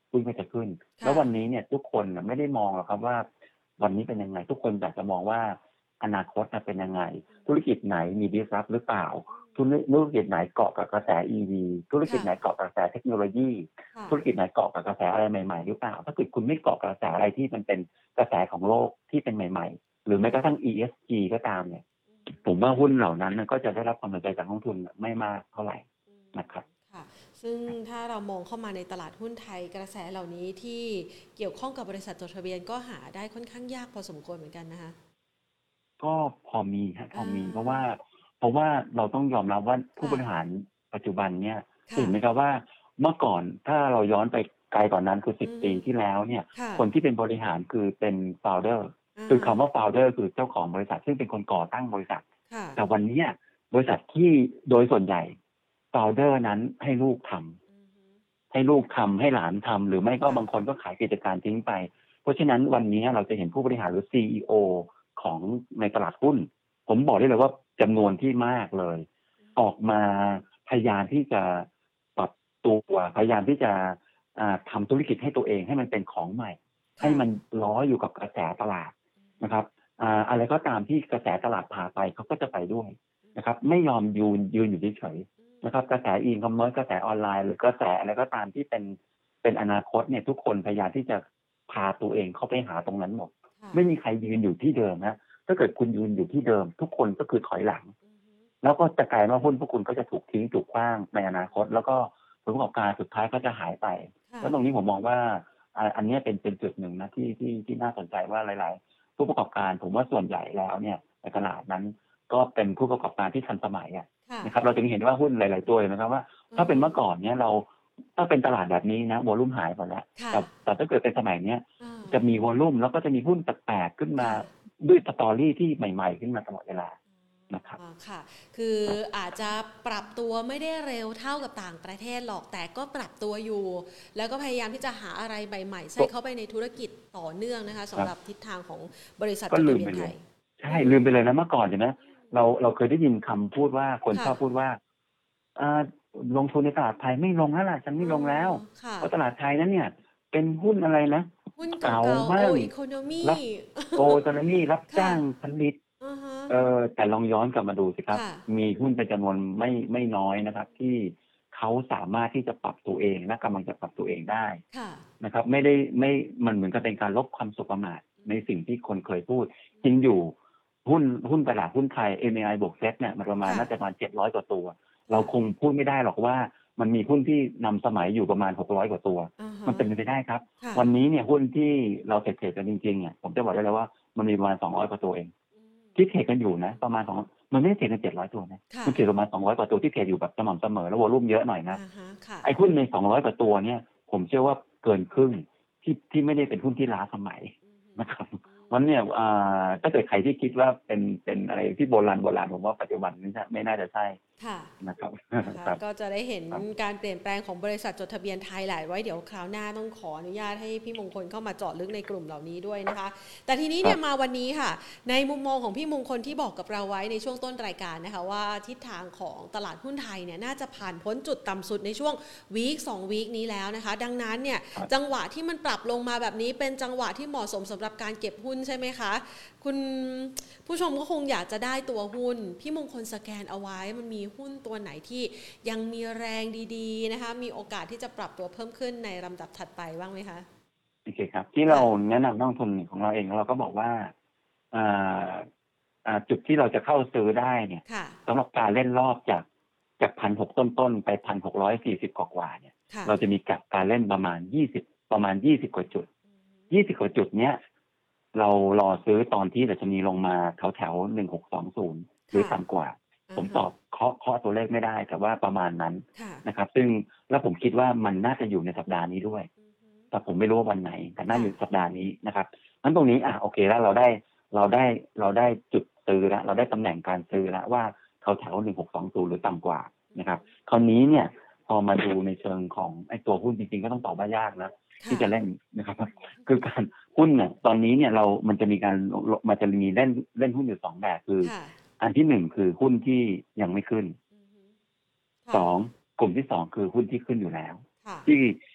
หุ้นก็จะขึ้น แล้
ค่ะ
ววันนี้เนี่ยทุกคนน่ะไม่ได้มองหรอกครับว่าวันนี้เป็นยังไง ทุกคนอยากจะมองว่าอนาคตน่ะเป็นยังไง ธุรกิจไหนมี disrupt หรือเปล่า ธุรธุรกิจไหนเกาะกับกระแส อี วี ธุรกิจ
ค่ะ
ไหนเกาะกับกระแสเทคโนโลยี
ค่ะ
ธุรกิจไหนเกาะกับกระแสอะไรใหม่ ๆ หรือเปล่า ถ้าเกิดคุณไม่เกาะกระแสอะไรที่มันเป็นกระแสของโลกที่เป็นใหม่ ๆ หรือแม้กระทั่ง อี เอส จี ก็ตามเนี่ย ผมว่าหุ้นเหล่านั้นน่ะก็จะได้รับความสนใจจากนักลงทุนไม่มากเท่าไรนะครับ
ค่ะ ซึ่งถ้าเรามองเข้ามาในตลาดหุ้นไทย กระแสเหล่านี้ที่เกี่ยวข้องกับบริษัทจดทะเบียนก็หาได้ค่อนข้างยากพอสมควรเหมือนกันนะคะ
ก็พอมีครับ พ
อา
อมี เพราะว่า เพราะว่าเราต้องยอมรับว่าผู้
ค่ะ
บริหารปัจจุบันเนี่ย
ค่
เห็นไหมครับว่าเมื่อก่อนถ้าเราย้อนไปไกลกว่านั้นคือ สิบ
อืม
ปีที่แล้วเนี่ย
ค่ะ
คนที่เป็นบริหารคือเป็น founder
อะ
คือ
ฮะ
คำว่า founder คือเจ้าของบริษัท ซึ่งเป็นคนก่อตั้งบริษัท
ค่ะ
แต่วันเนี้ยบริษัทที่โดยส่วนใหญ่ founder นั้นให้ลูกทำ
อือฮึ
ให้ลูกทำ ให้หลานทำ หรือไม่ก็
ค่ะ
บางคนก็ขายกิจการทิ้งไป เพราะฉะนั้นวันนี้เราจะเห็นผู้บริหารหรือ ซี อี โอ ของในตลาดหุ้น ผมบอกได้เลยว่าจำนวนที่มากเลย ออกมาพยายามที่จะปรับตัว พยายามที่จะ อ่า ทำธุรกิจให้ตัวเองให้มันเป็นของใหม่
ค่
ให้มันล้ออยู่กับกระแสตลาดนะครับ อ่า อะไรก็ตามที่กระแสตลาดพาไปเขาก็จะไปด้วยนะครับ ไม่ยอมยูน ยืนอยู่เฉย
อืม
ๆ นะครับ กระแส e-commerce กระแสออนไลน์ หรือกระแสอะไรก็ตามที่เป็น เป็นอนาคตเนี่ย ทุกคนพยายามที่จะพาตัวเองเข้าไปหาตรงนั้นหมด
ค่ะ
ไม่มีใครยืนอยู่ที่เดิมนะ ถ้าเกิดคุณยืนอยู่ที่เดิม ทุกคนก็คือถอยหลัง
อือฮึ
แล้วก็จะกลายเป็นว่าหุ้นพวกคุณก็จะถูกทิ้ง ถูกขว้างในอนาคต แล้วก็ผลประกอบการสุดท้ายก็จะหายไป
ค่ะ
แล้วตรงนี้ผมมองว่า อ่า อันเนี้ยเป็น เป็นจุดหนึ่งนะที่ ที่ ที่น่าสนใจว่าหลาย ๆ ผู้ประกอบการ ผมว่าส่วนใหญ่แล้วเนี่ยในตลาดนั้น ก็เป็นผู้ประกอบการที่ทันสมัยอะ
ค่ะ
นะครับ เราจึงเห็นว่าหุ้นหลาย ๆ ตัวเห็นไหมครับว่า
อื
ถ้า
อ
เป็น
ฮึ
เมื่อก่อนเนี่ยเรา ถ้าเป็นตลาดแบบนี้นะ วอลลุ่มหายหมดแล้ว
ค่ะ
แต่ แต่ถ้าเกิดเป็นสมัยเนี้ย
อา
จะมีวอลลุ่ม แล้วก็จะมีหุ้นแปลก ๆ ขึ้นมา
ค่ะ
ด้วย story ที่ใหม่ ๆ ขึ้นมาตลอดเวลานะครับ
อ๋อ ค่ะ คืออาจจะปรับตัวไม่ได้เร็วเท่ากับต่างประเทศหรอก แต่ก็ปรับตัวอยู่ แล้วก็พยายามที่จะหาอะไรใหม่ ๆ ใส่เข้าไปในธุรกิจต่อเนื่องนะคะ
ค
สำ
รั
หรับ บทิศทางของบริษัท
ก็
จด
ลื
ทะ
ม
เบีย
ไป
น
เล
ไท
ย
ย
ใช่
อืม
ลืมไปเลยนะ เมื่อก่อนเห็นไหม เรา เราเคยได้ยินคำพูดว่า คน
ค่
ชอบพูดว่า อ่า ลงทุนในตลาดไทยไม่ลงแล้วล่ะ ฉันไม่ลงแล้ว
อ๋อ ค่ะ
เพราะตลาดไทยนั้นเนี่ยเป็นหุ้นอะไรนะ
หุ้น
เก่า
เก่า ๆ
บ้าง
Old Economy
รับ Old Economy รับจ้างผลิต
อะฮะ
เออ แต่ลองย้อนกลับมาดูสิครับ
ค่ะ
มีหุ้นเป็นจำนวนไม่ ไม่น้อยนะครับ ที่เขาสามารถที่จะปรับตัวเองและกำลังจะปรับตัวเองได้
ค่ะ
นะครับ ไม่ได้ ไม่ มันเหมือนกับเป็นการลบความสบประมาทในสิ่งที่คนเคยพูด จริงอยู่ หุ้น หุ้นตลาดหุ้นไทย เอ็ม เอ ไอ บวก เซ็ต เนี่ย มันประมาณ
ค่ะ
น่าจะประมาณ เจ็ดร้อย กว่าตัว เราคงพูดไม่ได้หรอกว่า มันมีหุ้นที่นำสมัยอยู่ประมาณ หกร้อย กว่าตัว
อะฮะ
มันเป็นไปไม่ได้ครับ
ค่ะ
วันนี้เนี่ยหุ้นที่เราเทรด ๆ กันจริง ๆ อะ ผมจะบอกได้เลยว่ามันมีประมาณ สองร้อย กว่าตัวเอง
อืม
ที่เทรดกันอยู่นะ ประมาณ สอง มันไม่ได้เทรดกัน เจ็ดร้อย ตัวนะ
ค่ะ
มันเทรดประมาณ สองร้อย กว่าตัวที่เทรดอยู่แบบสม่ำเสมอ แล้ววอลลุ่มเยอะหน่อยนะ
อะฮะ ค่ะ
ไอ้หุ้นใน สองร้อย กว่าตัวเนี่ย ผมเชื่อว่าเกินครึ่งที่ ที่ไม่ได้เป็นหุ้นที่ล้าสมัย
อือฮึ
นะครับ
อืม
วันเนี่ย อ่า ถ้าเกิดใครที่คิดว่าเป็น เป็นอะไรที่โบราณ ๆ ผมว่าปัจจุบันนี้จะ ไม่น่าจะใช่
ค่ะ
นะครับ
นะ
ค
คะ
รับ
ก็จะได้เห็น
ครับ
การเปลี่ยนแปลงของบริษัทจดทะเบียนไทยแหละ ไว้เดี๋ยวคราวหน้าต้องขออนุญาตให้พี่มงคลเข้ามาเจาะลึกในกลุ่มเหล่านี้ด้วยนะคะ แต่ทีนี้
คร
เนี่ยั
บ
มาวันนี้ค่ะ ในมุมมองของพี่มงคลที่บอกกับเราไว้ในช่วงต้นรายการนะคะว่า ทิศทางของตลาดหุ้นไทยเนี่ยน่าจะผ่านพ้นจุดต่ำสุดในช่วงวีค สอง วีคนี้แล้วนะคะ ดังนั้นเนี่ย
ครับ
จังหวะที่มันปรับลงมาแบบนี้เป็นจังหวะที่เหมาะสมสำหรับการเก็บหุ้นใช่ไหมคะ คุณผู้ชมก็คงอยากจะได้ตัวหุ้น พี่มงคลสแกนเอาไว้ มันมีหุ้นตัวไหนที่ยังมีแรงดี ๆ นะคะ มีโอกาสที่จะปรับตัวเพิ่มขึ้นในลำดับถัดไปบ้างไหมคะ?
โอเคครับ ที่เราแนะนำนักลงทุนของเราเอง เราก็บอกว่า อ่า อ่า จุดที่เราจะเข้าซื้อได้เนี่ย
ค่ะ
สำหรับการเล่นรอบจาก จาก หนึ่งพันหกร้อย ต้น ๆ ไป หนึ่งพันหกร้อยสี่สิบ กว่า ๆ เนี่ย
ค่ะ
เราจะมีกับการเล่นประมาณ ยี่สิบ ประมาณ ยี่สิบ กว่าจุด
อือฮึ
ยี่สิบ กว่าจุดเนี้ย เรารอซื้อตอนที่ดัชนีลงมาแถว ๆ หนึ่งพันหกร้อยยี่สิบ หรือ
ค่ะ
ต่ำกว่า
อะ
ผม
ฮะ
ตอบ เคาะ เคาะตัวเลขไม่ได้ แต่ว่าประมาณนั้น
ค่ะ
นะครับ ซึ่ง แล้วผมคิดว่ามันน่าจะอยู่ในสัปดาห์นี้ด้วย
อือฮึ
แต่ผมไม่รู้ว่าวันไหน แต่น่า
ค่ะ
อยู่สัปดาห์นี้นะครับ งั้นตรงนี้ อ่า โอเคแล้ว เราได้ เราได้ เราได้จุดซื้อแล้ว เราได้ตำแหน่งการซื้อแล้วว่าแถว ๆ หนึ่งพันหกร้อยยี่สิบ หรือต่ำกว่านะครับ คราวนี้เนี่ย พอมาดูในเชิงของไอ้ตัวหุ้นจริง ๆ ก็ต้องตอบว่ายากนะ
ค่
ที่
ะ
จะเล่นนะครับ คือการหุ้นเนี่ยตอนนี้เนี่ยเรา มันจะมีการ ล มันจะมีเล่น เล่นหุ้นอยู่ สอง แบบ คือ
ค่ะ
อันที่ หนึ่ง คือหุ้นที่ยังไม่ขึ้น
อือฮึ
ส
ค่ะ
อง กลุ่มที่ สอง คือหุ้นที่ขึ้นอยู่แล้ว
ค่ะ
ที่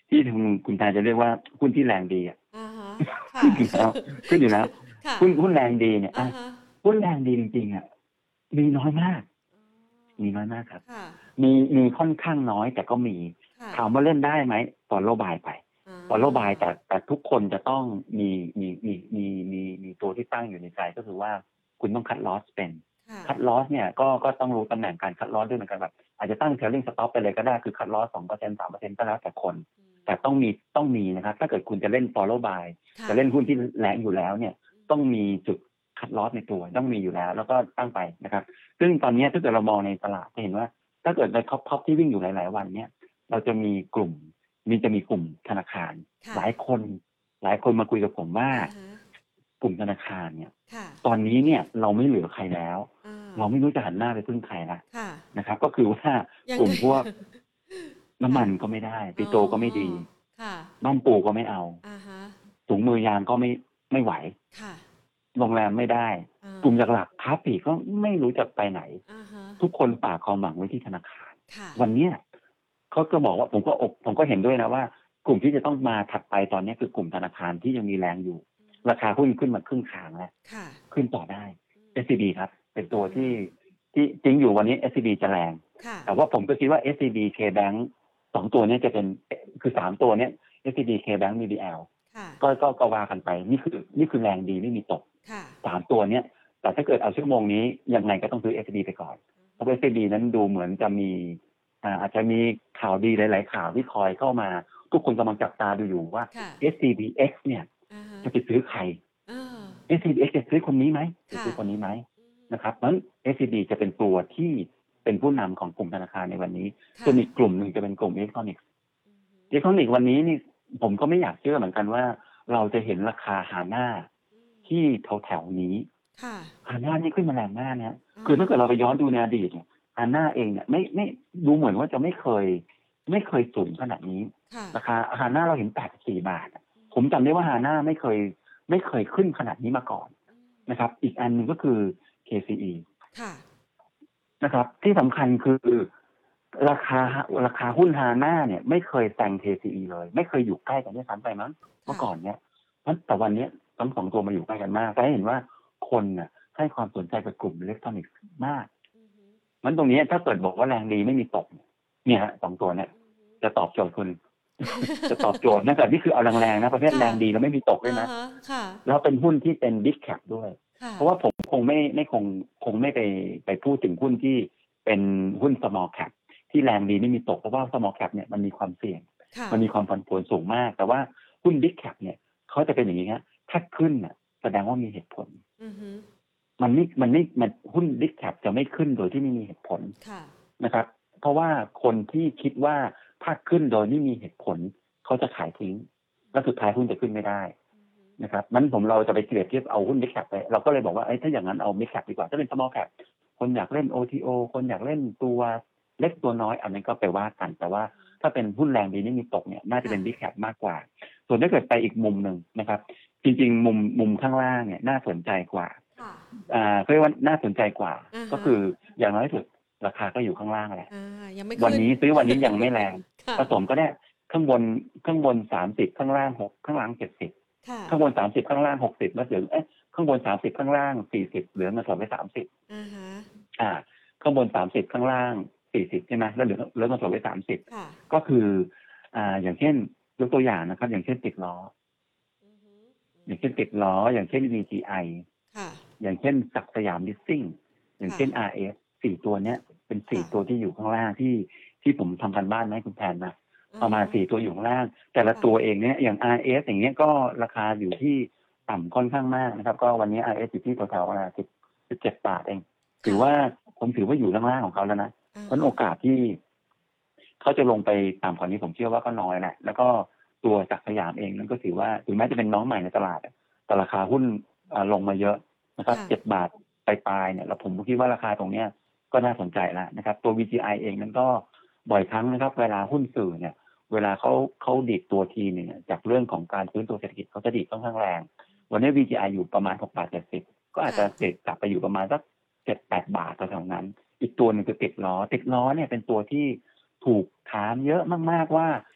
ที่ทางคุณตาจะเรียกว่าหุ้นที่แรงดีอ่ะ
อ่าฮะ
ขึ้นอยู่แล้วขึ้นอยู่แล้วหุ้นหุ้นแรงดีเนี่ยหุ้นแรงดีจริงๆอ่ะมีน้อยมากมีน้อยมากครับมีมีค่อนข้างน้อยแต่ก็มีถามว่าเล่นได้ไหมฟอลโล่บายไปฟอลโล่บายแต่แต่ทุกคนจะต้องมีมีมีมีมีมีตัวที่ตั้งอยู่ในใจก็คือว่าคุณต้องคัดลอสเป็นคัดลอสเนี่ยก็ก็ต้องรู้ตำแหน่งการคัดลอสด้วยเหมือนกันแบบอาจจะตั้งเทรลลิ่งสต็อปไปเลยก็ได้คือคัดลอสสองเปอร์เซ็นต์สามเปอร์เซ็นต์ก็แล้วแต่คนแต่ต้องมีต้องมีนะครับถ้าเกิดคุณจะเล่น follow buy จะเล่นหุ้นที่แรงอยู่แล้วเนี่ยต้องมีจุดคัดลอสในตัวต้องมีอยู่แล้วแล้วก็ตั้งไปนะครับซึ่งตอนนี้ถ้าเกิดเรามองในตลาดจะเห็นว่าถ้าเกิดในท็อปท็อปที่วิ่งอยู่หลายๆวันเนี่ยเราจะมีกลุ่มมีจะมีกลุ่มธนาคารหลายคนหลายคนมาคุยกับผมว่ากลุ่มธนาคารเนี่ยตอนนี้เนี่ยเราไม่เหลือใครแล้วเราไม่รู้จะหันหน้าไปพึ่งใครละนะครับก็คือว่ากลุ่มพวกน้ำมันก็ไม่ได้ปิโตรก็ไม่ดีบ้านปูก็ไม่เอาถุงมือยางก็ไม่ไม่ไหวโรงแรมไม่ได้กลุ่มหลักๆค้าปลีกก็ไม่รู้จะไปไหนทุกคนฝากความหวังไว้ที่ธนาคารวันเนี้ยเขาก็บอกว่าผมก็อกผมก็เห็นด้วยนะว่ากลุ่มที่จะต้องมาถัดไปตอนนี้คือกลุ่มธนาคารที่ยังมีแรงอยู่ราคาหุ้นขึ้นมาครึ่งทางแล้วขึ้นต่อได้ เอส ซี บี ครับเป็นตัวที่ที่จริงอยู่วันนี้ เอส ซี บี จะแรงแต่ว่าผมก็คิดว่า เอส ซี บี K-Bank สองตัวนี้จะเป็นคือสามตัวนี้ เอส ซี บี K-Bank มี บี แอล ก็ก็ก็ว่ากันไปนี่คือนี่คือแรงดีไม่มีตกสามตัวเนี้ยแต่ถ้าเกิดเอาชั่วโมงนี้ยังไงก็ต้องซื้อ เอส ซี บี ไปก่อนเพราะ เอส ซี บี นั้นดูเหมือนจะมีอ่าอาจจะมีข่าวดีหลายๆข่าวที่คอยเข้ามาทุกคนกำลังจับตาดูอยู่ว่า เอส ซี บี เอ็กซ์ เนี่ยจะไปซื้อใคร เอส ซี บี เอ็กซ์ จะซื้อคนนี้ไหมจะซื้อคนนี้ไหมนะครับเพราะฉะนั้น เอส ซี บี จะเป็นตัวที่เป็นผู้นำของกลุ่มธนาคารในวันนี้ส่วนอีกกลุ่มหนึ่งจะเป็นกลุ่มอิเล็กทรอนิกส์อิเล็กทรอนิกส์วันนี้นี่ผมก็ไม่อยากเชื่อเหมือนกันว่าเราจะเห็นราคาหาหน้าที่แถวแถวนี้หาหน้านี่ขึ้นมาแรงมากนะคือถ้าเกิดเราไปย้อนดูในอดีตเนี่ยหาหน้าเองเนี่ยไม่ไม่ดูเหมือนว่าจะไม่เคยไม่เคยสูงขนาดนี้ราคาหาหน้าเราเห็นแปดสิบสี่บาทผมจำได้ว่าหาหน้าไม่เคยไม่เคยขึ้นขนาดนี้มาก่อนนะครับอีกอันหนึ่งก็คือ เค ซี อี นะครับที่สำคัญคือราคาราคาหุ้นฮาน่าเนี่ยไม่เคยแซง เค ซี อี เลยไม่เคยอยู่ใกล้กันด้วยซ้ำไปมั้งเมื่อก่อนเนี่ยแต่วันนี้ทั้งสองตัวมาอยู่ใกล้กันมากแต่เห็นว่าคนน่ะให้ความสนใจกับกลุ่มอิเล็กทรอนิกส์มากมันตรงนี้ถ้าเกิดบอกว่าแรงดีไม่มีตกเนี่ยฮะสองตัวเนี่ยจะตอบโจทย์คุณจะตอบโจทย์นะแต่นี่คือเอาแรงๆนะประเภทแรงดีแล้วไม่มีตกด้วยนะแล้วเป็นหุ้นที่เป็นบิ๊กแคปด้วยเพราะว่าผมคงไม่ไม่คงคงไม่ไปไปพูดถึงหุ้นที่เป็นหุ้น small cap ที่แรงดีไม่มีตกเพราะว่า small cap เนี่ยมันมีความเสี่ยงมันมีความผันผวนสูงมากแต่ว่าหุ้น big cap เนี่ยเขาจะเป็นอย่างนี้ฮะถ้าขึ้นน่ะแสดงว่ามีเหตุผลมันไม่มันไม่มันหุ้น big cap จะไม่ขึ้นโดยที่ไม่มีเหตุผลนะครับเพราะว่าคนที่คิดว่าถ้าขึ้นโดยไม่มีเหตุผลเขาจะขายทิ้งแล้วสุดท้ายหุ้นจะขึ้นไม่ได้นะครับมันผมเราจะไปเปรียบเทียบเอาหุ้น big cap ไปเราก็เลยบอกว่าไอ้ถ้าอย่างนั้นเอา big cap ดีกว่าถ้าเป็น small cap คนอยากเล่น โอ ที โอ คนอยากเล่นตัวเล็กตัวน้อยอันนั้นก็ไปว่ากันแต่ว่าถ้าเป็นหุ้นแรงดีไม่มีตกเนี่ยน่าจะเป็น big cap มากกว่าส่วนถ้าเกิดไปอีกมุมนึงนะครับจริงๆมุมมุมข้างล่างเนี่ยน่าสนใจกว่าอ่าเรียกว่าน่าสนใจกว่าก็คืออย่างน้อยสุดราคาก็อยู่ข้างล่างแหละวันนี้ซื้อวันนี้ยังไม่แรงผสมก็ได้ข้างบนข้างบนสามสิบข้างล่างหกข้างล่างเจ็ดสิบข้างบนสามสิบข้างล่างหกสิบแล้วเหลือเอ๊ะข้างบนสามสิบข้างล่างสี่สิบเหลือเงินสดไว้สามสิบอ่าฮะอ่าข้างบนสามสิบข้างล่างสี่สิบใช่ไหมแล้วเหลือเหลือเงินสดไว้สามสิบก็คืออ่าอย่างเช่นยกตัวอย่างนะครับอย่างเช่นติดล้ออย่างเช่นติดล้ออย่างเช่น วี จี ไอ อย่างเช่นศักดิ์สยามลิสซิ่งอย่างเช่น อาร์ เอส สี่ตัวเนี้ยเป็นสี่ตัวที่อยู่ข้างล่างที่ที่ผมทำกันบ้านให้คุณแทนนะประมาณสี่ตัวอยู่ข้างล่างแต่ละตัวเองเนี่ยอย่าง อาร์ เอส อย่างเงี้ยก็ราคาอยู่ที่ต่ำค่อนข้างมากนะครับก็วันนี้ อาร์ เอส อยู่ที่แถวๆประมาณสิบ สิบเจ็ดบาทเองถือว่าผมถือว่าอยู่ล่างๆของเขาแล้วนะเพราะโอกาสที่เขาจะลงไปต่ำกว่านี้ผมเชื่อว่าก็น้อยแหละแล้วก็ตัวศักดิ์สยามเองนั่นก็ถือว่าถึงแม้จะเป็นน้องใหม่ในตลาดแต่ราคาหุ้นลงมาเยอะนะครับเจ็ดบาทปลายๆเนี่ยแล้วผมคิดว่าราคาตรงเนี้ยก็น่าสนใจแล้วนะครับตัว วี จี ไอ เองนั้นก็บ่อยครั้งนะครับเวลาหุ้นสื่อเนี่ยเวลาเขาเขาดีดตัวทีเนี่ยจากเรื่องของการฟื้นตัวเศรษฐกิจเขาจะดีดค่อนข้างแรงวันนี้ วี จี ไอ อยู่ประมาณหกบาทเจ็ดสิบก็อาจจะเด็ดกลับไปอยู่ประมาณสักเจ็ดแปดบาทแถวๆนั้นอีกตัวนึงคือติดล้อติดล้อเนี่ยเป็นตัวที่ถูกถามเยอะมากๆว่า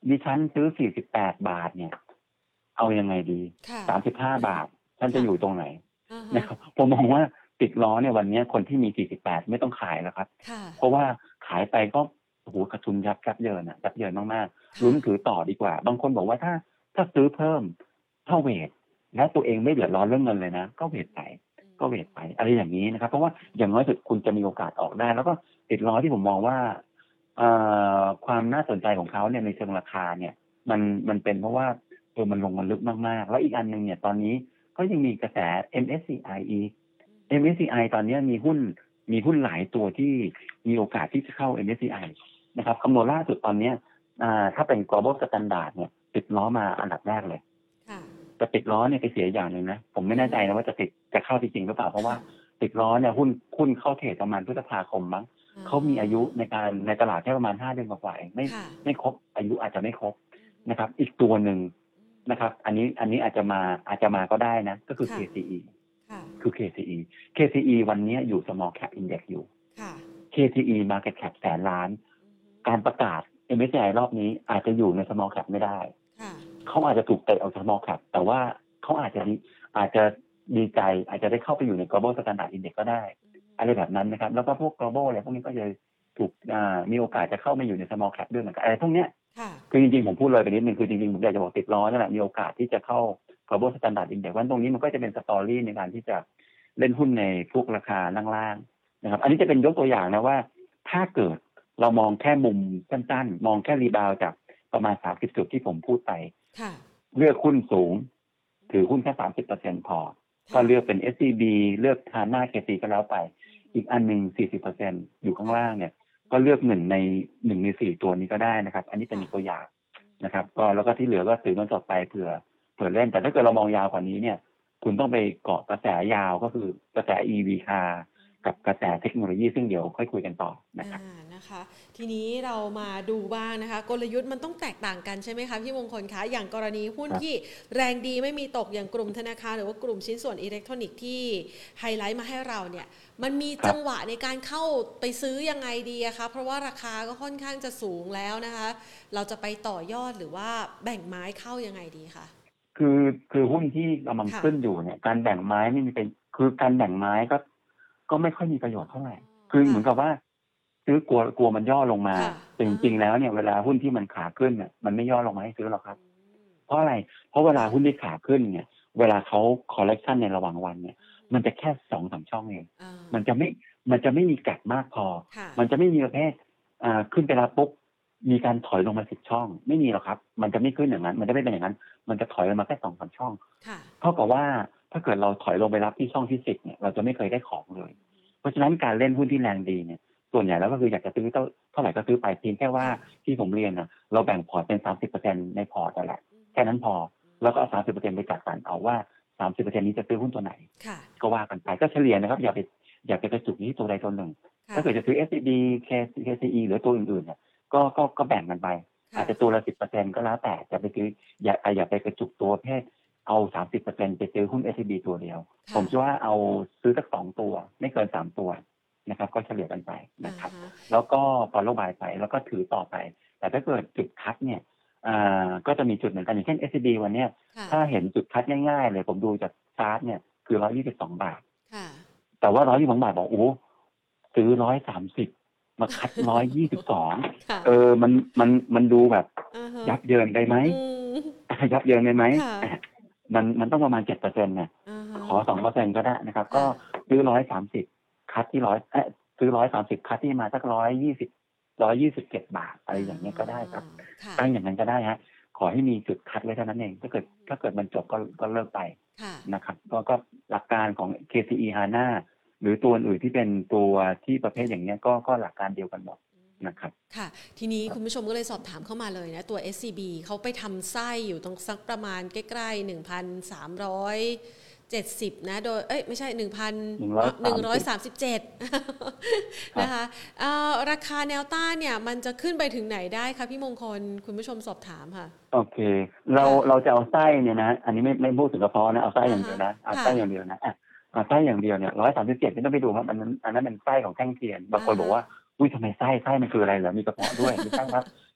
ดิฉันซื้อสี่สิบแปดบาทเนี่ยเอายังไงดี
ค่ะ
สามสิบห้าบาทฉันจะ
ค่ะ
อยู่ตรงไหน
อะ
นะ
ฮะ
ครับผมมองว่าติดล้อเนี่ยวันนี้คนที่มีสี่สิบแปดไม่ต้องขายแล้วครับ
ค่ะ
เพราะว่าขายไปก็โอ้โหขาดทุนยับยับเยินอ่ะยับเยินมากๆลุ้
ค่ะ
นถือต่อดีกว่าบางคนบอกว่าถ้าถ้าซื้อเพิ่มเท่าเวทและตัวเองไม่เดือดร้อนเรื่องเงินเลยนะก็เวทไปก็เวทไปอะไรอย่างนี้นะครับเพราะว่าอย่างน้อยสุดคุณจะมีโอกาสออกได้แล้วก็ติดล้อที่ผมมองว่าเอ่อความน่าสนใจของเขาเนี่ยในเชิงราคาเนี่ยมันมันเป็นเพราะว่าเออมันลงมันลึกมากๆแล้วอีกอันหนึ่งเนี่ยตอนนี้ก็ยังมีกระแส เอ็ม เอส ซี ไอ อีก เอ็ม เอส ซี ไอ ตอนนี้มีหุ้นมีหุ้นหลายตัวที่มีโอกาสที่จะเข้า เอ็ม เอส ซี ไอ นะครับคำนวณล่าสุดตอนนี้อ่าถ้าเป็น global standard เนี่ยติดล้อมาอันดับแรกเลย
ค่ะ
แต่ติดล้อเนี่ยไปเสียอย่างหนึ่งนะผมไม่แน่ใจนะว่าจะติดจะเข้าจริงๆหรือเปล่าเพราะว่าติดล้อเนี่ยหุ้นหุ้นเข้าเทรดประมาณพฤษภาคมมั้งเขามีอายุในการในตลาดแค่ประมาณห้าเดือนกว่าๆเองไม่ไม่ครบอายุอาจจะไม่ครบนะครับอีกตัวหนึ่งนะครับอันนี้อันนี้อาจจะมาอาจจะมาก็ได้นะก็คือ เค ซี อี คือ เค ซี อี เค ซี อี วันนี้อยู่ small cap index อยู่ เค ซี อี market cap แสนล้านการประกาศ เอ็ม เอส ซี ไอ รอบนี้อาจจะอยู่ใน small cap ไม่ได้เขาอาจจะถูกเตะออกจาก small cap แต่ว่าเขาอาจจะอาจจะดีใจอาจจะได้เข้าไปอยู่ใน global standard index ก็ได้อะไรแบบนั้นนะครับแล้วก็พวก global อะไรพวกนี้ก็จะถูกมีโอกาสจะเข้ามาอยู่ใน small cap ด้วยเหมือนกันอะไรพวกเนี้ยคือจริงๆผมพูดเลยไปนิดนึงคือจริงๆผมอยากจะบอกติดล้อนั่นแหละมีโอกาสที่จะเข้า global standard index วันตรงนี้มันก็จะเป็นสตอรี่ในการที่จะเล่นหุ้นในพวกราคาล่างๆนะครับอันนี้จะเป็นยกตัวอย่างนะว่าถ้าเกิดเรามองแค่มุมสั้นๆมองแค่รีบาวจากประมาณสามสิบจุดที่ผมพูดไปเลือกหุ้นสูงถือหุ้นแค่ สามสิบเปอร์เซ็นต์ พอก็เลือกเป็น เอส ซี บี เลือกทาน่า เค ซี ก็แล้วไปอีกอันนึง สี่สิบเปอร์เซ็นต์ อยู่ข้างล่างเนี่ยก็เลือกหนึ่งในหนึ่งในสี่ตัวนี้ก็ได้นะครับอันนี้เป็นตัวอย่างนะครับก็แล้วก็ที่เหลือก็ถือมันต่อไปเผื่อเผื่อเล่นแต่ถ้าเกิดเรามองยาวกว่านี้เนี่ยคุณต้องไปเกาะกระแสยาวก็คือกระแส อี วี Car กับกระแสเทคโนโลยีซึ่งเดี๋ยวค่อยคุยกันต่อนะครับ
นะคะทีนี้เรามาดูบ้างนะคะกลยุทธ์มันต้องแตกต่างกันใช่ไหมคะพี่มงคลคะอย่างกรณีหุ้นที่แรงดีไม่มีตกอย่างกลุ่มธนาคารหรือว่ากลุ่มชิ้นส่วนอิเล็กทรอนิกส์ที่ไฮไลท์มาให้เราเนี่ยมันมีจังหวะในการเข้าไปซื้อยังไงดีอะคะเพราะว่าราคาก็ค่อนข้างจะสูงแล้วนะคะเราจะไปต่อยอดหรือว่าแบ่งไม้เข้ายังไงดีคะ
คือคือหุ้นที่กำลังขึ้นอยู่เนี่ยการแบ่งไม้ไม่มีเป็นคือการแบ่งไม้ก็ก็ไม่ค่อยมีประโยชน์เท่าไหร่คือเหมือนกับว่าซื้อกลัวกลัวมันย่อลงมาแต่จริงๆแล้วเนี่ยเวลาหุ้นที่มันขาขึ้นเนี่ยมันไม่ย่อลงมาให้ซื้อหรอกครับเพราะอะไรเพราะเวลาหุ้นที่ขาขึ้นเนี่ยเวลาเขาคอลเลคชันในระหว่างวันเนี่ยมันจะแค่สองสามช่องเองมันจะไม่มันจะไม่มีแกลบมากพอมันจะไม่มีประเภทอ่าขึ้นไปแล้วปุ๊บมีการถอยลงมาสิบช่องไม่มีหรอกครับมันจะไม่ขึ้นอย่างนั้นมันจะไม่เป็นอย่างนั้นมันจะถอยลงมาแค่สองสามช่องเท่ากับว่าถ้าเกิดเราถอยลงไปรับที่ช่องที่สิบเนี่ยเราจะไม่เคยได้ของเลยเพราะฉะนั้นการเล่นหุ้นที่แรงดีเนี่ยส่วนใหญ่แล้วก็คืออยากจะซื้อเท่าไหร่ก็ซื้อไปเพียงแค่ว่าที่ผมเรียนนะเราแบ่งพอร์ตเป็น สามสิบเปอร์เซ็นต์ ในพอร์ตนั่นแหละแค่นั้นพอแล้วก็เอา สามสิบเปอร์เซ็นต์ ไปจัดสรรเอาว่า สามสิบเปอร์เซ็นต์ นี้จะซื้อหุ้นตัวไหนก็ว่ากันไปก็เฉลี่ยนะครับอย่าไปอย่าไปกระจุกที่ตัวใดตัวหนึ่งถ้าเกิดจะซื้อ เอส ซี บี เค ซี อี หรือตัวอื่นๆเนี่ยก็ก็ก็แบ่งกันไปอาจจะตัวละ สิบเปอร์เซ็นต์ ก็แล้วแต่จะไปซื้ออย่าอย่าไปกระจุกตัวเพศเอา สามสิบเปอร์เซ็นต์ ไปซื้อหุ้น เอส ซี บี ตัวเดียวผมคิดว่าเอาซื้อสักสองตัวไม่เกินสามตัวนะครับก็เฉลี่ยกันไปนะครับแล้วก็ follow buy ไปแล้วก็ถือต่อไปแต่ถ้าเกิดจุดคัดเนี่ยอ่าก็จะมีจุดเหมือนกันอย่างเช่น เอส ซี บี วันเนี้ยถ้าเห็นจุดคัดง่ายๆเลยผมดูจากชาร์ตเนี่ยคือหนึ่งร้อยยี่สิบสองบาทแต่ว่าหนึ่งร้อยยี่สิบสองบาทบอกโอ้ซื้อหนึ่งร้อยสามสิบมาคัดหนึ่งร้อยยี่สิบสองเออมันมันมันดูแบบยับเยินได้ไหมยับเยินได้ไหมมันมันต้องประมาณ เจ็ดเปอร์เซ็นต์ เนี่ยขอ สองเปอร์เซ็นต์ ก็ได้นะครับก็ซื้อหนึ่งร้อยสามสิบคัดที่ร้อยเอ๊ะซื้อหนึ่งร้อยสามสิบคัดที่มาสักหนึ่งร้อยยี่สิบ หนึ่งร้อยยี่สิบเจ็ดบาทอะไรอย่างเงี้ยก็ได้ครับตั้งอย่างนั้นก็ได้ฮะขอให้มีจุดคัดไว้เท่านั้นเองถ้าเกิดถ้าเกิดมันจบก็ก็เลิกไปนะครับก็ก็หลักการของ เค ซี อี ฮาน่า หรือตัวอื่นที่เป็นตัวที่ประเภทอย่างเงี้ยก็ก็หลักการเดียวกันหมดนะครับ
ค่ะทีนี้คุณผู้ชมก็เลยสอบถามเข้ามาเลยนะตัว เอส ซี บี เขาไปทำไส้อยู่ตรงสักประมาณใกล้ๆ หนึ่งพันสามร้อยเจ็ดสิบ นะโดยเอ้ยไม่ใช่ หนึ่งพันหนึ่งร้อยสามสิบเจ็ด นะคะเอ่อราคาแนวต้านเนี่ยมันจะขึ้นไปถึงไหนได้คะพี่มงคลคุณผู้ชมสอบถามค่ะ
โอเคเราเราจะเอาไส้เนี่ยนะอันนี้ไม่ไม่พูดถึงกระเพาะนะเอาไส้อย่างเดียวนะเอาไส้อย่างเดียวนะอ่ะเอาไส้อย่างเดียวเนี่ยหนึ่งร้อยสามสิบเจ็ดไม่ต้องไปดูครับอันนั้นอันนั้นเป็นไส้ของแท่งเทียนบางคนบอกว่าอุ้ยทำไมไส้ไส้มันคืออะไรเหรอมีกระเพาะด้วยไม่ใช่ครับ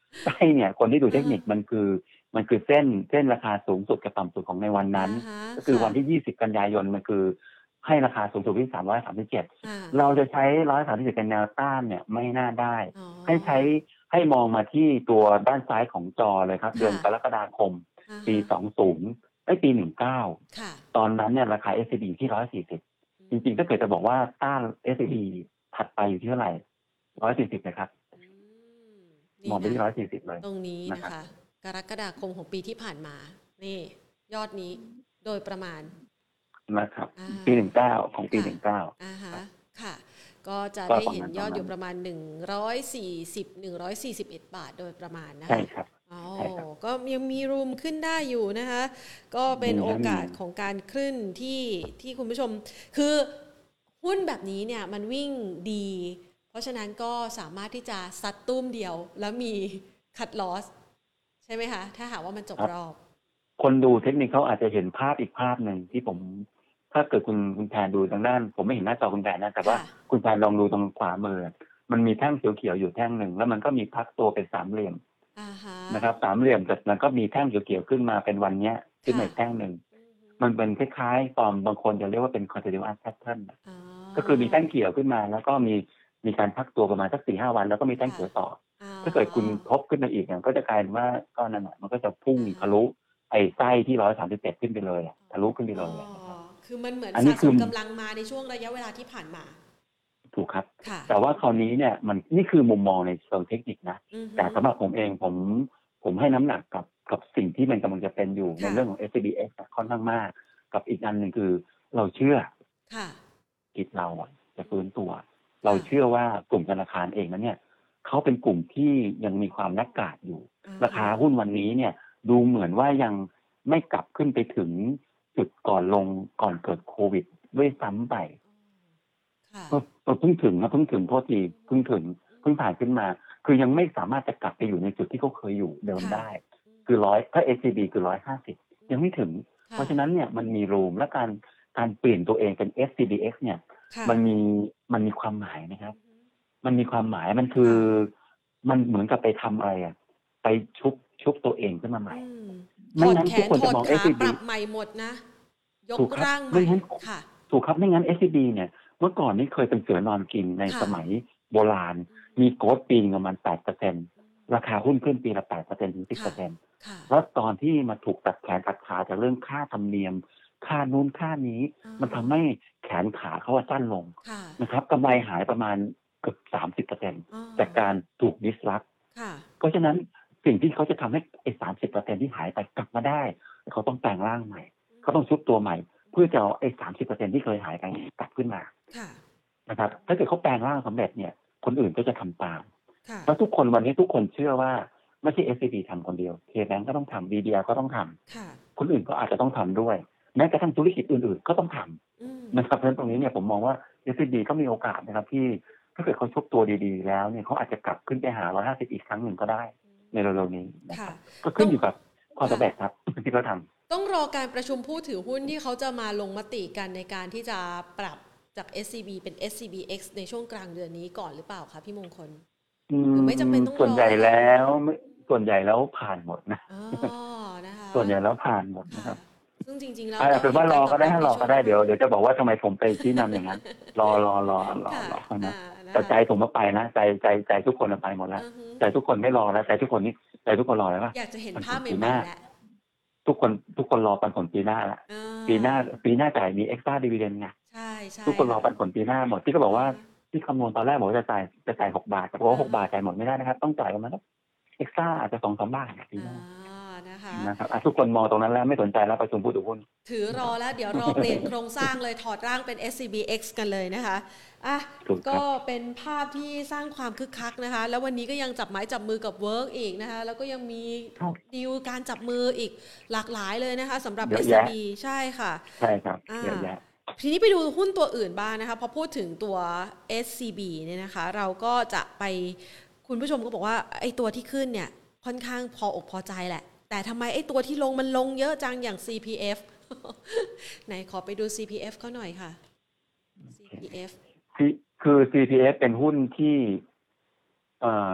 ไส้เนี่ยคนที่ดูเทคนิคมันคือมันคือเส้นเส้นราคาสูงสุดกับต่ำสุดของในวันนั้นก็คือวันที่ยี่สิบกันยายนมันคือให้ราคาสูงสุดที่สามร้อยสามสิบเจ็ดเราจะใช้หนึ่งร้อยสามสิบเจ็ดเป็นแนวต้านเนี่ยไม่น่าได้ให้ใช้ให้มองมาที่ตัวด้านซ้ายของจอเลยครับเดือนกรกฎาคมปีสองสิบไอ้ปีสิบเก้าตอนนั้นเนี่ยราคา เอส ซี บี ที่หนึ่งร้อยสี่สิบจริงๆถ้าเกิดจะบอกว่าต้าน เอส ซี บี ถัดไปอยู่ที่เท่าไหร่หนึ่งร้อยสี่สิบเลยครับมองไปที่หนึ่งร้อยสี่สิบเลย
ตรงนี้นะคะกรกฎาคมของปีที่ผ่านมานี่ยอดนี้โดยประมาณ
นะครับปีสิบเก้าของปีสิบเก้า
อ่าฮะค่ะก็จะได้เห็นยอดอยู่ประมาณหนึ่งร้อยสี่สิบ หนึ่งร้อยสี่สิบเอ็ดบาทโดยประมาณนะคะ
ใช่ครับ
อ๋อก็ยังมีรูมขึ้นได้อยู่นะคะก็เป็นโอกาสของการขึ้นที่ที่คุณผู้ชมคือหุ้นแบบนี้เนี่ยมันวิ่งดีเพราะฉะนั้นก็สามารถที่จะซัดตุ้มเดียวแล้วมีคัทลอสใช่ไหมคะถ้าหากว่ามันจบรอบ
คนดูเทคนิคเขาอาจจะเห็นภาพอีกภาพหนึ่งที่ผมถ้าเกิดคุณคุณแทนดูทางด้านผมไม่เห็นหน้าจอคุณแทนนะแต่ว่าคุณแทนลองดูตรงขวามือมันมีแท่งเขียวๆอยู่แท่งหนึ่งแล้วมันก็มีพักตัวเป็นสามเหลี่ยมนะครับสามเหลี่ยมแต่มันก็มีแท่งเขียวๆขึ้นมาเป็นวันเนี้ยขึ้นมาอีกแท่งหนึ่งมันเป็นคล้ายๆตอนบางคนจะเรียกว่าเป็น continuous pattern ก็คือมีแท่งเขียวขึ้นมาแล้วก็มีมีการพักตัวประมาณสัก สี่ห้า วันแล้วก็มีแท่งเขียวต่อถ้าเกิดคุณทบขึ้นมาอีกเนี่ยก็จะกลายเป็นว่าก้อนนั้นอ่ะมันก็จะพุ่งทะลุไอ้ไส้ที่หนึ่งร้อยสามสิบเจ็ดขึ้นไปเลยทะลุขึ้นไปเลย
คือมันเหมือนสะสมกำลังมาในช่วงระยะเวลาที่ผ่านมา
ถูกครับแต่ว่าคราวนี้เนี่ยมันนี่คือมุมมองในเชิงเทคนิคนะแต่สำหรับผมเองผมผมให้น้ำหนักกับกับสิ่งที่มันกำลังจะเป็นอยู่ในเรื่องของ เอส ซี บี เอ็กซ์ ค่อนข้างมากกับอีกอันหนึ่งคือเราเชื่อจิตเราจะฟื้นตัวเราเชื่อว่ากลุ่มธนาคารเองนั้นเนี่ยเขาเป็นกลุ่มที่ยังมีความนักกาดอยู่ราคาหุ้นวันนี้เนี่ยดูเหมือนว่ายังไม่กลับขึ้นไปถึงจุดก่อนลงก่อนเกิดโควิดด้วยซ้ำไปเราเพิ่งถึงนะเพิ่งถึงโทษทีเพิ่งถึงเพิ่งผ่านขึ้นมาคือยังไม่สามารถจะกลับไปอยู่ในจุดที่เขาเคยอยู่เดิมได้คือร้อยถ้า เอส ซี บี คือหนึ่งร้อยห้าสิบยังไม่ถึงเพราะฉะนั้นเนี่ยมันมีรูมและการการเปลี่ยนตัวเองเป็น เอส ซี บี เอ็กซ์ เนี่ยมันมีมันมีความหมายนะครับมันมีความหมายมันคือมันเหมือนกับไปทำอะไรอ่ะไปชุบชุบตัวเองขึ้นมาใหม่
ไม่งั้นทุกคนจะมอง เอส ซี บี ปรับใหม่หมดนะยกร่างใหม่ค่ะ
ถูกครับไม่งั้น เอส ซี บี เนี่ยเมื่อก่อนนี่เคยเป็นเสือนอนกินในสมัยโบราณมีโกรทปีประมาณ แปดเปอร์เซ็นต์ ราคาหุ้นขึ้นปีละ แปดเปอร์เซ็นต์ ถึง สิบเปอร์เซ็นต์ แล้วตอนที่มาถูกตัดแขนตัดขาจากเรื่องค่าธรรมเนียมค่านู้นค่านี้มันทำให้แขนขาเขาสั้นลงนะครับกำไรหายประมาณเกือบ สามสิบเปอร์เซ็นต์ จากการถูกดิสรัปเพราะฉะนั้นสิ่งที่เขาจะทำให้ไอ้ สามสิบเปอร์เซ็นต์ ที่หายไปกลับมาได้เขาต้องแปลงร่างใหม่เขาต้องชุบตัวใหม่เพื่อจะเอาไอ้ สามสิบเปอร์เซ็นต์ ที่เคยหายไปกลับขึ้นมานะครับถ้าเกิดเขาแปลงร่างสำเร็จเนี่ยคนอื่นก็จะทำตามเพราะทุกคนวันนี้ทุกคนเชื่อว่าไม่ใช่ เอส ซี บี ทำคนเดียว K-Bank ก็ต้องทำ บี ดี อาร์ ก็ต้องทำคนอื่นก็อาจจะต้องทำด้วยแม้กระทั่งธุรกิจอื่นๆก็ต้องทำนะครับเพราะฉะนั้นตรงนี้เนี่ยผมมองว่า เอส ซี บี ก็มีโอกาสนะครับที่ถ้าเกิดเขาชุบตัวดีๆแล้วเนี่ยเขาอาจจะกลับขึ้นไปหาหนึ่งร้อยห้าสิบอีกครั้งหนึ่งก็ได้ในเร็วๆนี้นะครับก็ขึ้นอยู่กับความสำเร็จครับที่เขาทำ
ต้องรอการประชุมผู้ถือหุ้นที่เขาจะมาลงมติกันในการที่จะปรับจาก เอส ซี บี เป็น เอส ซี บี เอ็กซ์ ในช่วงกลางเดือนนี้ก่อนหรือเปล่าคะพี่มงคลหรือไม่จำเป็นต้องรอ
ส่วนใหญ่แล้วส่วนใหญ่แล้วผ่านหมดนะส่วนใหญ่แล้วผ่านหมดนะครับ
ซึ่งจริงๆแล้ว
เป็นว่ารอก็ได้ให้รอก็ได้เดี๋ยวเดี๋ยวจะบอกว่าทำไมผมไปชี้นำอย่างนั้นรอรอรอรอรอนะแต่ใจผมก็ไปนะใจใจใจทุกคนไปหมดแล้วใจทุกคนไม่รอแล้วใจทุกคนนี่ใจทุกคนรอแล้วว่า
อยากจะเห็นภาพใหม่ๆแล้ว
ทุกคนทุกคนรอปันผลปีหน้าละปีหน้าปีหน้าจ่ายมีเอ็กซ์ตร้าดิวิเดนด์ไง
ใช่ใช่
ทุกคนรอปันผลปีหน้าหมดที่ก็บอกว่าที่คำนวณตอนแรกบอกว่าจะจ่ายจะจ่ายหกบาทแต่เพราะว่าหกบาทจ่ายหมดไม่ได้นะครับต้องจ่ายประมาณเอ็กซ์ตร้าอาจจะสองสามบาทปีหน้า
นะคะ
นะครับทุกคนมองตรงนั้นแล้วไม่สนใจแล้วประชุมผู้ถือหุ้น
ถือรอแล้วเดี๋ยวรอเปลี่ยนโครงสร้างเลยถอดร่างเป็น เอส ซี บี เอ็กซ์ กันเลยนะคะอ่ะก็เป็นภาพที่สร้างความคึกคักนะคะแล้ววันนี้ก็ยังจับไม้จับมือกับเวิร์กอีกนะคะแล้วก็ยังมีดีลการจับมืออีกหลากหลายเลยนะคะสำหรับ เอส ซี บี ใช่ค่ะ
ใช่ครับเยอะแยะ
ทีนี้ไปดูหุ้นตัวอื่นบ้างนะคะพอพูดถึงตัว เอส ซี บี เนี่ยนะคะเราก็จะไปคุณผู้ชมก็บอกว่าไอ้ตัวที่ขึ้นเนี่ยค่อนข้างพออกพอใจแหละแต่ทำไมไอ้ตัวที่ลงมันลงเยอะจังอย่าง ซี พี เอฟ ไหนขอไปดู ซี พี เอฟ เขาหน่อยค่ะ ซี พี เอฟ
คือ ซี พี เอฟ เป็นหุ้นที่เอ่อ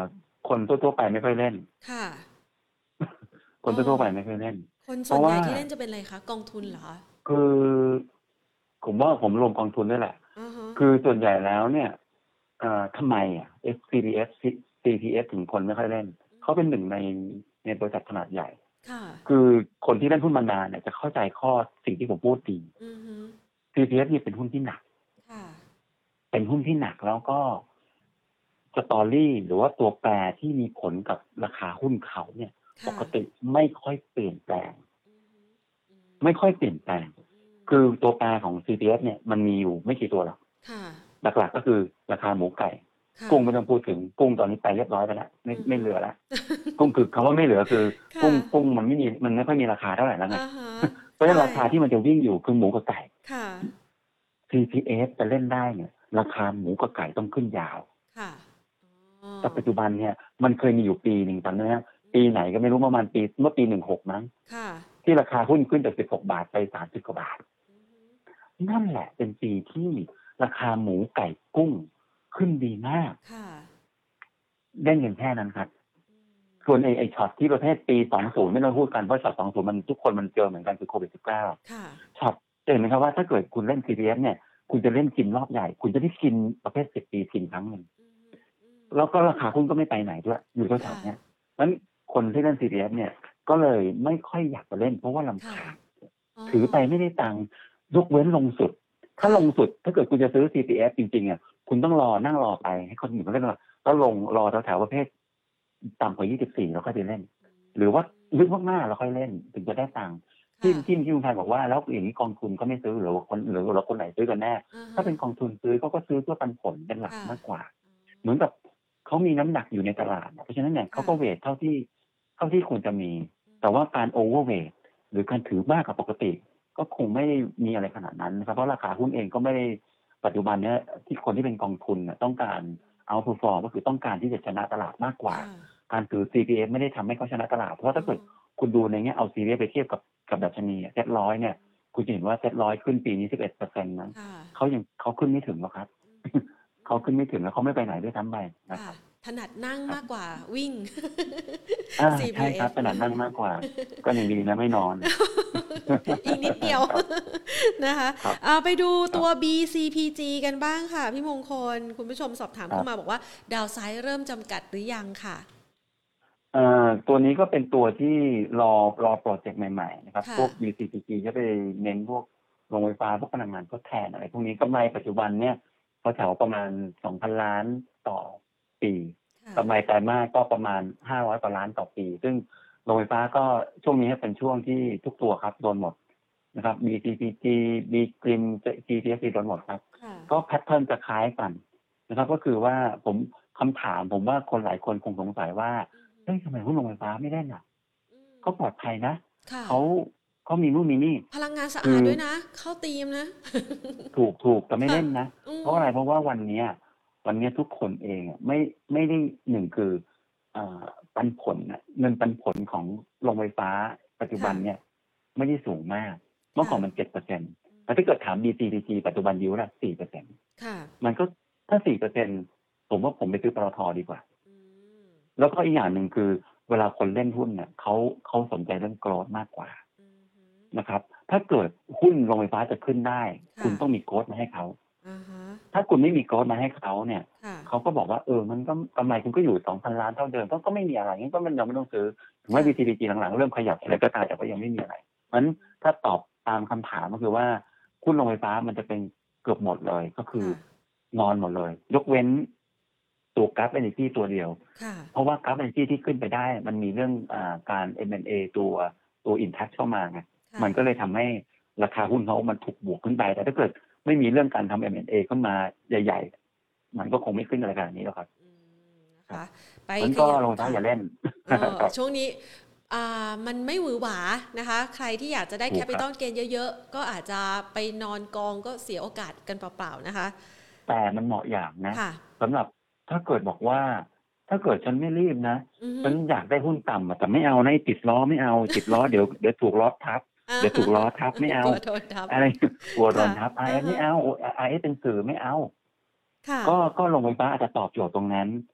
คนทั่วๆไปไม่ค่อยเล่น
ค่ะ
คนทั่วๆไปไม่ค่อยเล่น
คน
เพ
ส่วน
ราะ
ให
ว่า
ญ่ที่เล่นจะเป็นอะไรคะกองทุนเหรอคะ
คือผมว่าผมรวมกองทุนด้วยแหละ
อะฮะ
คือส่วนใหญ่แล้วเนี่ยเอ่อทำไมอ่ะ ซี พี เอฟ ซี พี เอฟ ถึงคนไม่ค่อยเล่นเขาเป็นหนึ่งในในบริษัทขนาดใหญ่
ค่ะ
คือคนที่เล่นหุ้นมานานเนี่ยจะเข้าใจข้อสิ่งที่ผมพูดดี
อือฮึ
ซี พี เอฟ นี่เป็นหุ้นที่หนัก
ค่ะ
เป็นหุ้นที่หนักแล้วก็สตอรี่หรือว่าตัวแปรที่มีผลกับราคาหุ้นเขาเนี่ย
ค่ะ
ปกติไม่ค่อยเปลี่ยนแปลง
อือฮึอืม
ไม่ค่อยเปลี่ยนแปลง
อืม
คือตัวแปรของ ซี พี เอฟ เนี่ยมันมีอยู่ไม่กี่ตัวหรอก
ค่ะ
หลักๆก็คือราคาหมูไก่
ค่ะ
กุ้งไม่ต้องพูดถึงกุ้งตอนนี้ไปเรียบร้อยไปแล้วไม่
อือฮึ
ไม่เหลือแล้ว กุ้งคือคำว่าไม่เหลือคือ
ค่ะ
กุ้งกุ้งมันไม่มีมันไม่ค่อยมีราคาเท่าไหร่แล้วไง
อะฮะ
เพราะฉะนั้น
ใช่
ราคาที่มันจะวิ่งอยู่คือหมูกับไก่
ค่ะ
ซี พี เอฟ จะเล่นได้เนี่ยราคาหมูกับไก่ต้องขึ้นยาว
ค่ะ อ๋อ
แต่ปัจจุบันเนี่ยมันเคยมีอยู่ปีหนึ่งตอนนี้นปีไหนก็ไม่รู้ประมาณปีเมื่อปีหนึ่งหกมั้ง
ค่ะ
ที่ราคาหุ้นขึ้นจากสิบหกบาทไปสามสิบกว่าบาท
อือฮึ
นั่นแหละเป็นปีที่ราคาหมูไก่กุ้งขึ้นดีมาก
ค่ะ
เล่นกันแค่นั้นครับ
อืม
ส่วนไอ้ไอ้ช็อตที่ประเภทปีสองสิบไม่ต้องพูดกันเพราะช็อตสองสิบมันทุกคนมันเจอเหมือนกันคือโควิด สิบเก้า
ค่ะ
ช็อตเห็นไหมครับว่าถ้าเกิดคุณเล่น ซี พี เอฟ เนี่ยคุณจะเล่นกินรอบใหญ่ คุณจะได้กินประเภทสิบปีกินครั้งหนึ่ง
อือฮึ อืม
แล้วก็ราคาหุ้นก็ไม่ไปไหนด้วยอยู่แถว
ค่ะ
ๆเนี้ยเพราะฉะนั้นคนที่เล่น ซี พี เอฟ เนี่ยก็เลยไม่ค่อยอยากจะเล่นเพราะว่าลำ
ค่ะ
คาญ
อ๋อ
ถือไปไม่ได้ตังค์ยกเว้นลงสุด ถ้า
ค่ะ
ลงสุดถ้าเกิดคุณจะซื้อ ซี พี เอฟ จริงๆอ่ะคุณต้องรอนั่งรอไปให้คนอื่นเขาเล่นก่อนแล้วลงรอแถวๆประเภทต่ำกว่ายี่สิบสี่แล้วค่อยไปเล่น หรือว่าลึกมากๆแล้วค่อยเล่นถึงจะได้ตังค์ที่
ค่ะ
ที่ที่คุณชายบอกว่าแล้วอย่างนี้กองทุนก็ไม่ซื้อหรือว่าคนหรือเราคนไหนซื้อกันแน่
อะฮะ
ถ้าเป็นกองทุนซื้อเขาก็ซื้อเพื่อปันผลเป็นหลัก
ค่ะ
มากกว่า
อ๋อ
เหมือนกับเขามีน้ำหนักอยู่ในตลาด เพราะฉะนั้นเนี่ยเขาก็
ค่ะ
เวทเท่าที่เท่าที่ควรจะมี
อื
แต่
ม
ว่าการโอเวอร์เวทหรือการถือมากกว่าปกติ ก็คงไม่ได้มีอะไรขนาดนั้นนะครับเพราะราคาหุ้นเองก็ไม่ได้ปัจจุบันเนี้ยที่คนที่เป็นกองทุนน่ะต้องการเอาเพอร์ฟอร์มก็คือต้องการที่จะชนะตลาดมากกว่า
ค่ะ
การถือ ซี พี เอฟ ไม่ได้ทำให้เขาชนะตลาดเพราะว่า
อื
ถ้าเกิด
ม
คุณดูในแง่เอา ซี พี เอฟ ไปเทียบกับกับดัชนีอะ เซ็ต หนึ่งร้อย เนี่ยคุณจะเห็นว่า เซ็ต หนึ่งร้อย ขึ้นปีนี้ สิบเอ็ดเปอร์เซ็นต์ มั้ง
ค่ะ
เขายังเขาขึ้นไม่ถึงหรอกครับ
อืม
เขาขึ้นไม่ถึงแล้วเขาไม่ไปไหนด้วยซ้ำไปนะค
ค่ะ
รับ
ถนัดนั่ง
ครั
มา
บ
กกว่าวิ่ง
อา ใช่
ซี พี เอ
ครับ
ฟ
ถนัดนั่งมากกว่า ก็ยังดีนะไม่นอน
อีกนิดเดียว
ครับ
นะคะ
ครับ
อ่าไปดู
ค
ตั
รั
ว
บ
บี ซี พี จี กันบ้างค่ะพี่มงคล คุณผู้ชมสอบถาม
ค
เข้า
รับ
มาบอกว่าดาวไซด์เริ่มจำกัดหรือยังค่ะ
เอ่อตัวนี้ก็เป็นตัวที่รอรอโปรเจกต์ใหม่ๆนะครับ
ค่
พวก
ะ
บี ซี พี จี จะไปเน้นพวกโรงไฟฟ้าพวกพลังงานทดแทนอะไรพวกนี้กำไรปัจจุบันเนี่ยแถวๆประมาณ สองพัน ล้านต่อปี
ค่ะ
กำไรไตรมาสก็ประมาณ ห้าร้อย กว่าล้านต่อปี ซึ่งโรงไฟฟ้าก็ช่วงนี้เป็นช่วงที่ทุกตัวครับโดนหมดนะครับ บี ซี พี จี B-Grim จี ที เอฟ ซี โดนหมดครับ
ค่ะ
ก็แพทเทิร์นจะคล้ายกันนะครับก็คือว่าผมคำถามผมว่าคนหลายคนคงสงสัยว่า
อือฮึ
เฮ้ยทำไมหุ้นโรงไฟฟ้าไม่เล่นอ่ะ
อืม
เขาปลอดภัยนะ
ค่ะ
เขาเขามีนู่นมีนี่
พลังงานสะ
คื
อาด
อ
ด้วยนะ เข้าธีมนะ
ถูกถูกแต่ไม่
ค่ะ
เล่นนะ
อื
เพราะอะไร
ม
เพราะว่าวันเนี้ย วันเนี้ยทุกคนเองอะไม่ไม่ได้หนึ่งคืออ่าปันผลน่ะเงินปันผลของโรงไฟฟ้าปัจจุบั
ค่ะ
นเนี่ยไม่ได้สูงมาก เมื่อก่อ
ค่ะ
นมัน เจ็ดเปอร์เซ็นต์
อื
แต่
ม
ถ้าเกิดถาม บี ซี พี จี ปัจจุบันยิลด์น่ะ สี่เปอร์เซ็นต์
ค่ะ
มันก็ถ้า สี่เปอร์เซ็นต์ ผมว่าผมไปซื้อปตท.ดีกว่า
อืม
แล้วก็อีกอย่างหนึ่งคือเวลาคนเล่นหุ้นเนี่ยเขาเขาสนใจเรื่อง growth มากกว่า
อือฮึ
นะครับ ถ้าเกิดหุ้นโรงไฟฟ้าจะขึ้นได้
ค่ะ
คุณต้องมี growth มาให้เขา
อะฮะ
ถ้าคุณไม่มี growth มาให้เขาเนี่ย
ค่ะ
เขาก็บอกว่าเออมันก็กำไรคุณก็อยู่ สองพัน ล้านเท่าเดิมก็ก็ไม่มีอะไรงั้นก็มันยังไม่ต้องซื้อถึงแม้
ค่ะ
บี ซี พี จี หลังๆเริ่มขยับอะไรก็ตามแต่ก็ยังไม่มีอะไรเพราะฉะนั้นถ้าตอบตามคำถามก็คือว่าหุ้นโรงไฟฟ้ามันจะเป็นเกือบหมดเลยก็คือ
ค่ะ
นอนหมดเลย ยกเว้นตัวกราฟ Energy ตัวเดียว
ค่ะ
เพราะว่ากราฟ Energy ที่ขึ้นไปได้มันมีเรื่องอาการ เอ็ม แอนด์ เอ ตัวตัว Intact เข้ามาไง
ค่ะ
มันก็เลยทำให้ราคาหุ้นเขามันถูกบวกขึ้นไปแต่ถ้าเกิดไม่มีเรื่องการทำ เอ็ม แอนด์ เอ ขึ้นมาใหญ่ๆมันก็คงไม่ขึ้นอะไรขนาดนี้หรอกครับ
อืม นะคะ ไป
มัน
ข
ก็
ยับ
ลงท้าย
ค่ะ
อย่าเล่น
เออ
ครับ
ช่วงนี้อ่ามันไม่หวือหวานะคะ ใครที่อยากจะได้
ถูกครับ
capital gain เยอะๆ ก็อาจจะไปนอนกองก็เสียโอกาสกันเปล่าๆนะคะ
แต่มันเหมาะอย่างนะ
ค่ะ
สำหรับถ้าเกิดบอกว่า ถ้าเกิดฉันไม่รีบนะ
อือฮึ
ฉันอยากได้หุ้นต่ำอะแต่ไม่เอานะไอ้ติดล้อไม่เอาติดล้อเดี๋ยวเดี๋ยวถูกล้อทับ
อ่า
เดี๋ยวถูกล้อทับไม่เอา
กลัวโดนทับ
อะไรกลัวโดน
ค่ะ
ทับไอ
อ่า
เอส
ฮะ
ไม่เอาไอเอสเป็นสื่อไม่เอา
ค่ะ
ก็ก็โรงไฟฟ้าอาจจะตอบโจทย์ตรงนั้น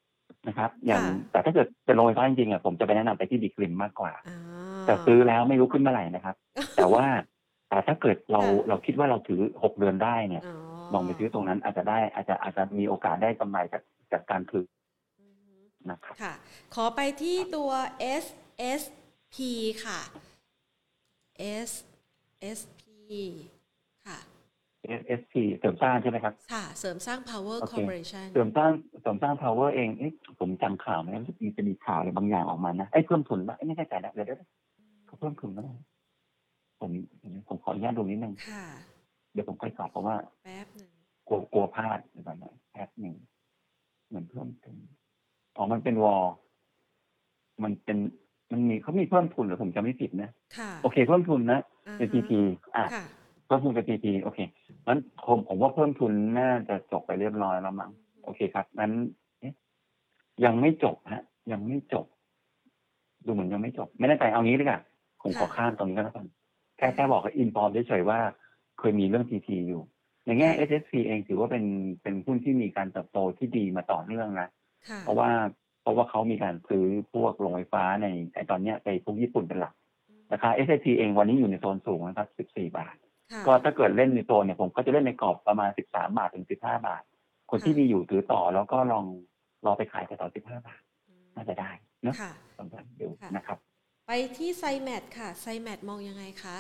นะครับ อย่า
ค่
ง
ะ
แต่ถ้าเกิดเป็นโรงไฟฟ้าจริงๆอะผมจะไปแนะนำไปที่ Bigrim มากกว่า
อ๋
แต่ซื้อ
อ
แล้วไม่รู้ขึ้นเมื่อไหร่นะครับ แต่ว่าแต่ถ้าเกิดเรา
ค่ะ
เราคิดว่าเราถือ หก เดือนได้เนี่ย
อ๋อ
ลองไปซื้อตรงนั้นอาจจะได้ อาจจะ อาจจะมีโอกาสได้กำไรจาก จากการถือ
อือฮึ
นะครับ
ค่ะ ขอไปที่
ครับ
ตัว เอส เอส พี ค่ะ S เอส พี ค่ะ
เอส เอส พี เสริมสร้างใช่ไหมครับ
ค่ะ เสริมสร้าง Power
โอเค
Corporation
เสริมสร้าง เสริมสร้าง Power เอง เอ๊ะ ผมจำข่าวไม่ได้ รู้สึกมันจะมีข่าวอะไรบางอย่างออกมานะ เอ๊ะ เพิ่มทุนเปล่า? เอ๊ะ ไม่แน่ใจนะ เดี๋ยว ๆ เขาเพิ่มทุนหรือเปล่า? ผม ผมขออนุญาตดูนิดหนึ่ง
ค่ะ
เดี๋ยวผมค่อยตอบ เพราะว่า
แป๊บหนึ่ง
กลัว กลัวพลาด เดี๋ยวก่อนนะแป๊บหนึ่ง เหมือนเพิ่มทุน อ๋อ มันเป็น วอล มันเป็น มันมี เขามีเพิ่มทุนเหรอ? ผมจำไม่ผิดนะ
ค่ะ
โอเค เพิ่มทุนนะ
อะ
เป็น
ฮ
พี
ะ
ที อา
ค่ะ
เพิ่มทุนเป็น พี ที โอเค งั้นผม ผมว่าเพิ่มทุนน่าจะจบไปเรียบร้อยแล้วมั้ง
อือฮ
โอึเคครับ งั้น เอ๊ะ ยังไม่จบครับ ยังไม่จบ ดูเหมือนยังไม่จบ ไม่แน่ใจ เอางี้ดีกว่า ผม
ค
ข่อ
ะ
ข้ามตรงนี้ก็แล้วกัน แค่
อ
แค่บอก
า
inform เฉยๆว่า เคยมีเรื่อง พี ที อยู่ ในแง่
ค่
เอส
ะ
เอส พี เองถือว่าเป็น เป็นหุ้นที่มีการเติบโตที่ดีมาต่อเนื่องนะ
ค่
เพราะ
ะ
ว่า เพราะว่าเขามีการซื้อพวกโรงไฟฟ้าใน ไอ้ตอนเนี้ยในพวกญี่ปุ่นเป็นหลัก
อื
ราคา เอส แอนด์ พี เองวันนี้อยู่ในโซนสูงนะครับ สิบสี่ บาท
ค่
ก็
ะ
ถ้าเกิดเล่นในโซนเนี่ย ผมก็จะเล่นในกรอบประมาณ สิบสาม บาทถึง สิบห้า บาท คน
ค่
ที่มี
ะ
อยู่ถือต่อ แล้วก็ลอง ลองไปขายแถวๆ สิบห้า บาท
อื
น่า
ม
จะได้เนาะ
ค่ะ
ลองกันดู
ค่ะ
นะครับ
ไปที่ Sinmat ค่ะ Sinmat มองยังไงคะ?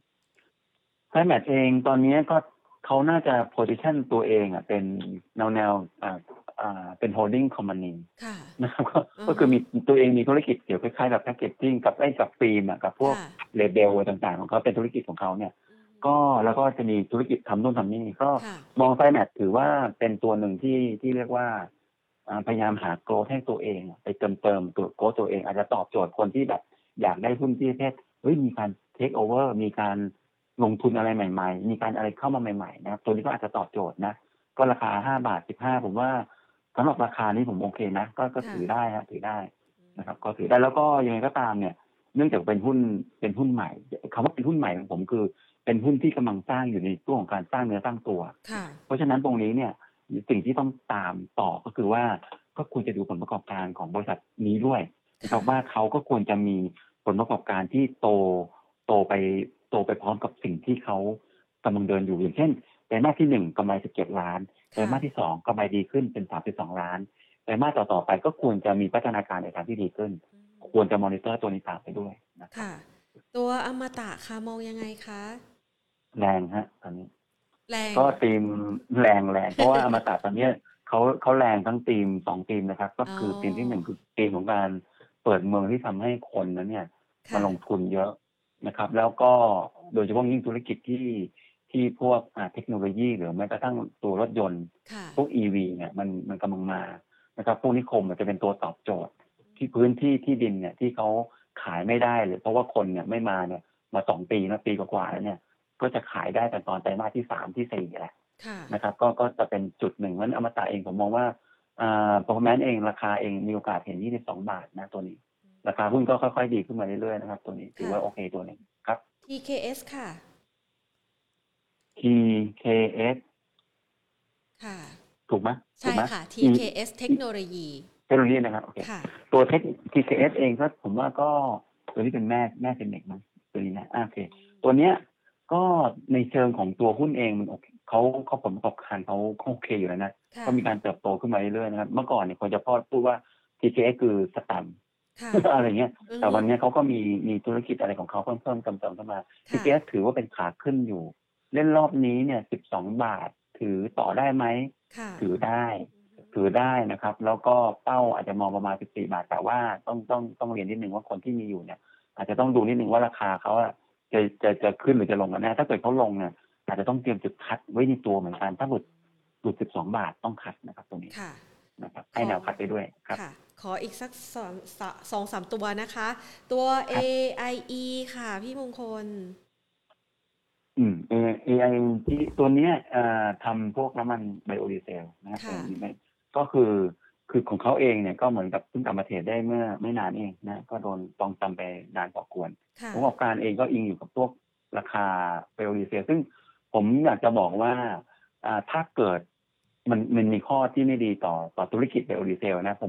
Sinmat เองตอนนี้ก็ เขาน่าจะ โพซิชัน ตัวเองอะเป็นแนว ๆ อ่า อ่า เป็น holding company
ค่ะ
นะครับ ก็
อือฮ
ก็คือึมี ตัวเองมีธุรกิจเกี่ยวคล้ายๆ กับ packaging กับไอ้ กับฟิล์มอะ กับพ
ค
วก่
ะ
label อะไรต่าง ๆ ของเขา เป็นธุรกิจของเขาเนี่ย
อือฮึ
ก็ แล้วก็จะมีธุรกิจทำนู่นทำนี่ ก็
ค่ะ
มอง Sinmat ถือว่าเป็นตัวหนึ่งที่ ที่เรียกว่า อ่า พยายามหา growth ให้ตัวเองอะไปเติม ๆ ตัว growth ตัวเอง อาจจะตอบโจทย์คนที่แบบอยากได้หุ้นที่ประเภท เฮ้ย มีการ เทกโอเวอร์ มีการลงทุนอะไรใหม่ ๆ มีการอะไรเข้ามาใหม่ ๆ นะครับ ตัวนี้ก็อาจจะตอบโจทย์นะ ก็ราคา ห้า บาท สิบห้า ผมว่าสำหรับราคานี้ผมโอเคนะ ก็ ก็
ค่
ถ
ะ
ือได้ครับ ถือได้
อื
นะครับ
ม
ก็ถือได้ แล้วก็ยังไงก็ตามเนี่ย เนื่องจากเป็นหุ้น เป็นหุ้นใหม่ คำว่าเป็นหุ้นใหม่ของผมคือ เป็นหุ้นที่กำลังสร้างอยู่ในช่วงของการสร้างเนื้อสร้างตัว
ค่ะ
เพราะฉะนั้นตรงนี้เนี่ย สิ่งที่ต้องตามต่อก็คือว่า ก็ควรจะดูผลประกอบการของบริษัทนี้ด้วยนะ
ค
คร่ับว่า
ะ
เขาก็ควรจะมีผลประกอบการที่โต โตไป โตไปพร้อมกับสิ่งที่เขากำลังเดินอยู่ อย่างเช่น ไตรมาสที่ หนึ่ง กำไร สิบเจ็ด ล้าน ไต
ค
ร่มาส
ะ
ที่ สอง กำไรดีขึ้นเป็น สามสิบสอง ล้าน ไตรมาสต่อ ๆ ไปก็ควรจะมีพัฒนาการในทางที่ดีขึ้น
อื
ค
ม
วรจะมอนิเตอร์ตัวนี้ตามไปด้วยนะค
ค
รับ
่ะ ตัวอมตะค่ะ มองยังไงคะ?
แรงครับตอนนี้
แรง
ก็ธีม แรง ๆ เพราะว่าอมตะตอนเนี้ยเขา เขาแรงทั้งธีม สอง ธีมนะครับ ก็
อ๋
คือธีมที่ หนึ่ง
อ
คือธีมของการเปิดเมืองที่ทำให้คนนั้นเนี่ย
ค
มา
่
ลง
ะ
ทุนเยอะนะครับ แล้วก็โดยเฉพาะยิ่งธุรกิจที่ ที่พวก อ่า เทคโนโลยี หรือแม้กระทั่งตัวรถยนต์
ค่
พวก
ะ
อี วี เนี่ยมัน มันกำลังมานะครับ พวกนิคมอะจะเป็นตัวตอบโจทย์ ที่พื้นที่ที่ดินเนี่ยที่เขาขายไม่ได้เลย เพราะว่าคนเนี่ยไม่มาเนี่ย มา สอง ปีแล้ว ปีกว่า ๆ แล้วเนี่ย ก็จะขายได้แต่ตอนไตรมาสที่ สาม ที่ สี่ แหละ
ค่ะ
นะครับ ก็ ก็จะเป็นจุดหนึ่ง เพราะฉะนั้นอมตะเองผมมองว่า อ่า Performance เอง ราคาเองมีโอกาสเห็น ยี่สิบสอง บาทนะตัวนี้
อืม
ราคาหุ้นก็ค่อย ๆ ดีขึ้นมาเรื่อย ๆ นะครับ ตัวนี้ถื
ค
อ่ว่าโอ
ะ
เคตัวหนึ่งครับ
ที เค เอส ค่ะ
ที เค เอส
ค่ะ
ถูกไหม?
ใช
ถู
่
กไหม?
ค่ะ ที
อี
เค เอส เทค
อี
โนโลยี
เทคโนโลยีนะครับ โอเค
ค่ะ
ตัวเทค ที เค เอส เองก็ผมว่าก็ ตัวนี้เป็นแม่ แม่ Cemex มั้ง ตัวนี้นะ อา โอเค
อืม
ตัวเนี้ยก็ในเชิงของตัวหุ้นเองมันโอเค เขา เขาผลประกอบการเขา เขาโอเคอยู่แล้วนะ
ค่
ก็มี
ะ
การเติบโตขึ้นมาเรื่อย ๆ นะครับ เมื่อก่อนเนี่ยคนจะพอด พูดว่า ที เค เอส คือสแตมป์
ค่ะ
อะไรอย่างเงี้ย
อื
แ
อฮึ
ต่วันเนี้ยเขาก็มี มีธุรกิจอะไรของเขาเพิ่ม ๆ เติม ๆ เข้ามา
ค
ที่เค เอส
ะ
ถือว่าเป็นขาขึ้นอยู่ เล่นรอบนี้เนี่ย สิบสอง บาท ถือต่อได้ไหม?
ค่ะ
ถือได้
อือฮึ
ถือได้นะครับ แล้วก็เป้าอาจจะมองประมาณ สิบสี่ บาท แต่ว่าต้อง ต้อง ต้องเรียนนิดหนึ่งว่าคนที่มีอยู่เนี่ย อาจจะต้องดูนิดหนึ่งว่าราคาเขาอะจะ จะ จะขึ้นหรือจะลงกันแน่ ถ้าเกิดเขาลงเนี่ยอาจจะต้องเตรียมจุดคัดไว้ในตัวเหมือนกัน ถ้าหลุด หลุด สิบสอง บาทต้องคัดนะครับตรงนี้
ค่ะ
นะครับ ใ
ขอ
ห้แนวคัดไว้ด้วยครับ
ค่ะ ขออีกสัก สอง สะ สองสาม ตัวนะคะ ตัว เอ
ครับ
ไออี ค่ะ พี่มงคล
อืม เอ เอไอ ที่ ตัวเนี้ย อ่า ทำพวกน้ำมันไบโอดีเซลนะครับ
ค
แต่่
ะ
ไม่ ก็คือ คือของเขาเองเนี่ยก็เหมือนกับเพิ่งกลับมาเทรดได้เมื่อไม่นานนี้เองนะ ก็โดนตองจำไปนานพอควร
ค่
ผลประกอบ
ะ
การเองก็อิงอยู่กับพวกราคาไบโอดีเซล ซึ่งผมอยากจะบอกว่า อ่า ถ้าเกิดมัน มันมีข้อที่ไม่ดีต่อ ต่อธุรกิจไบโอดีเซลนะ ผม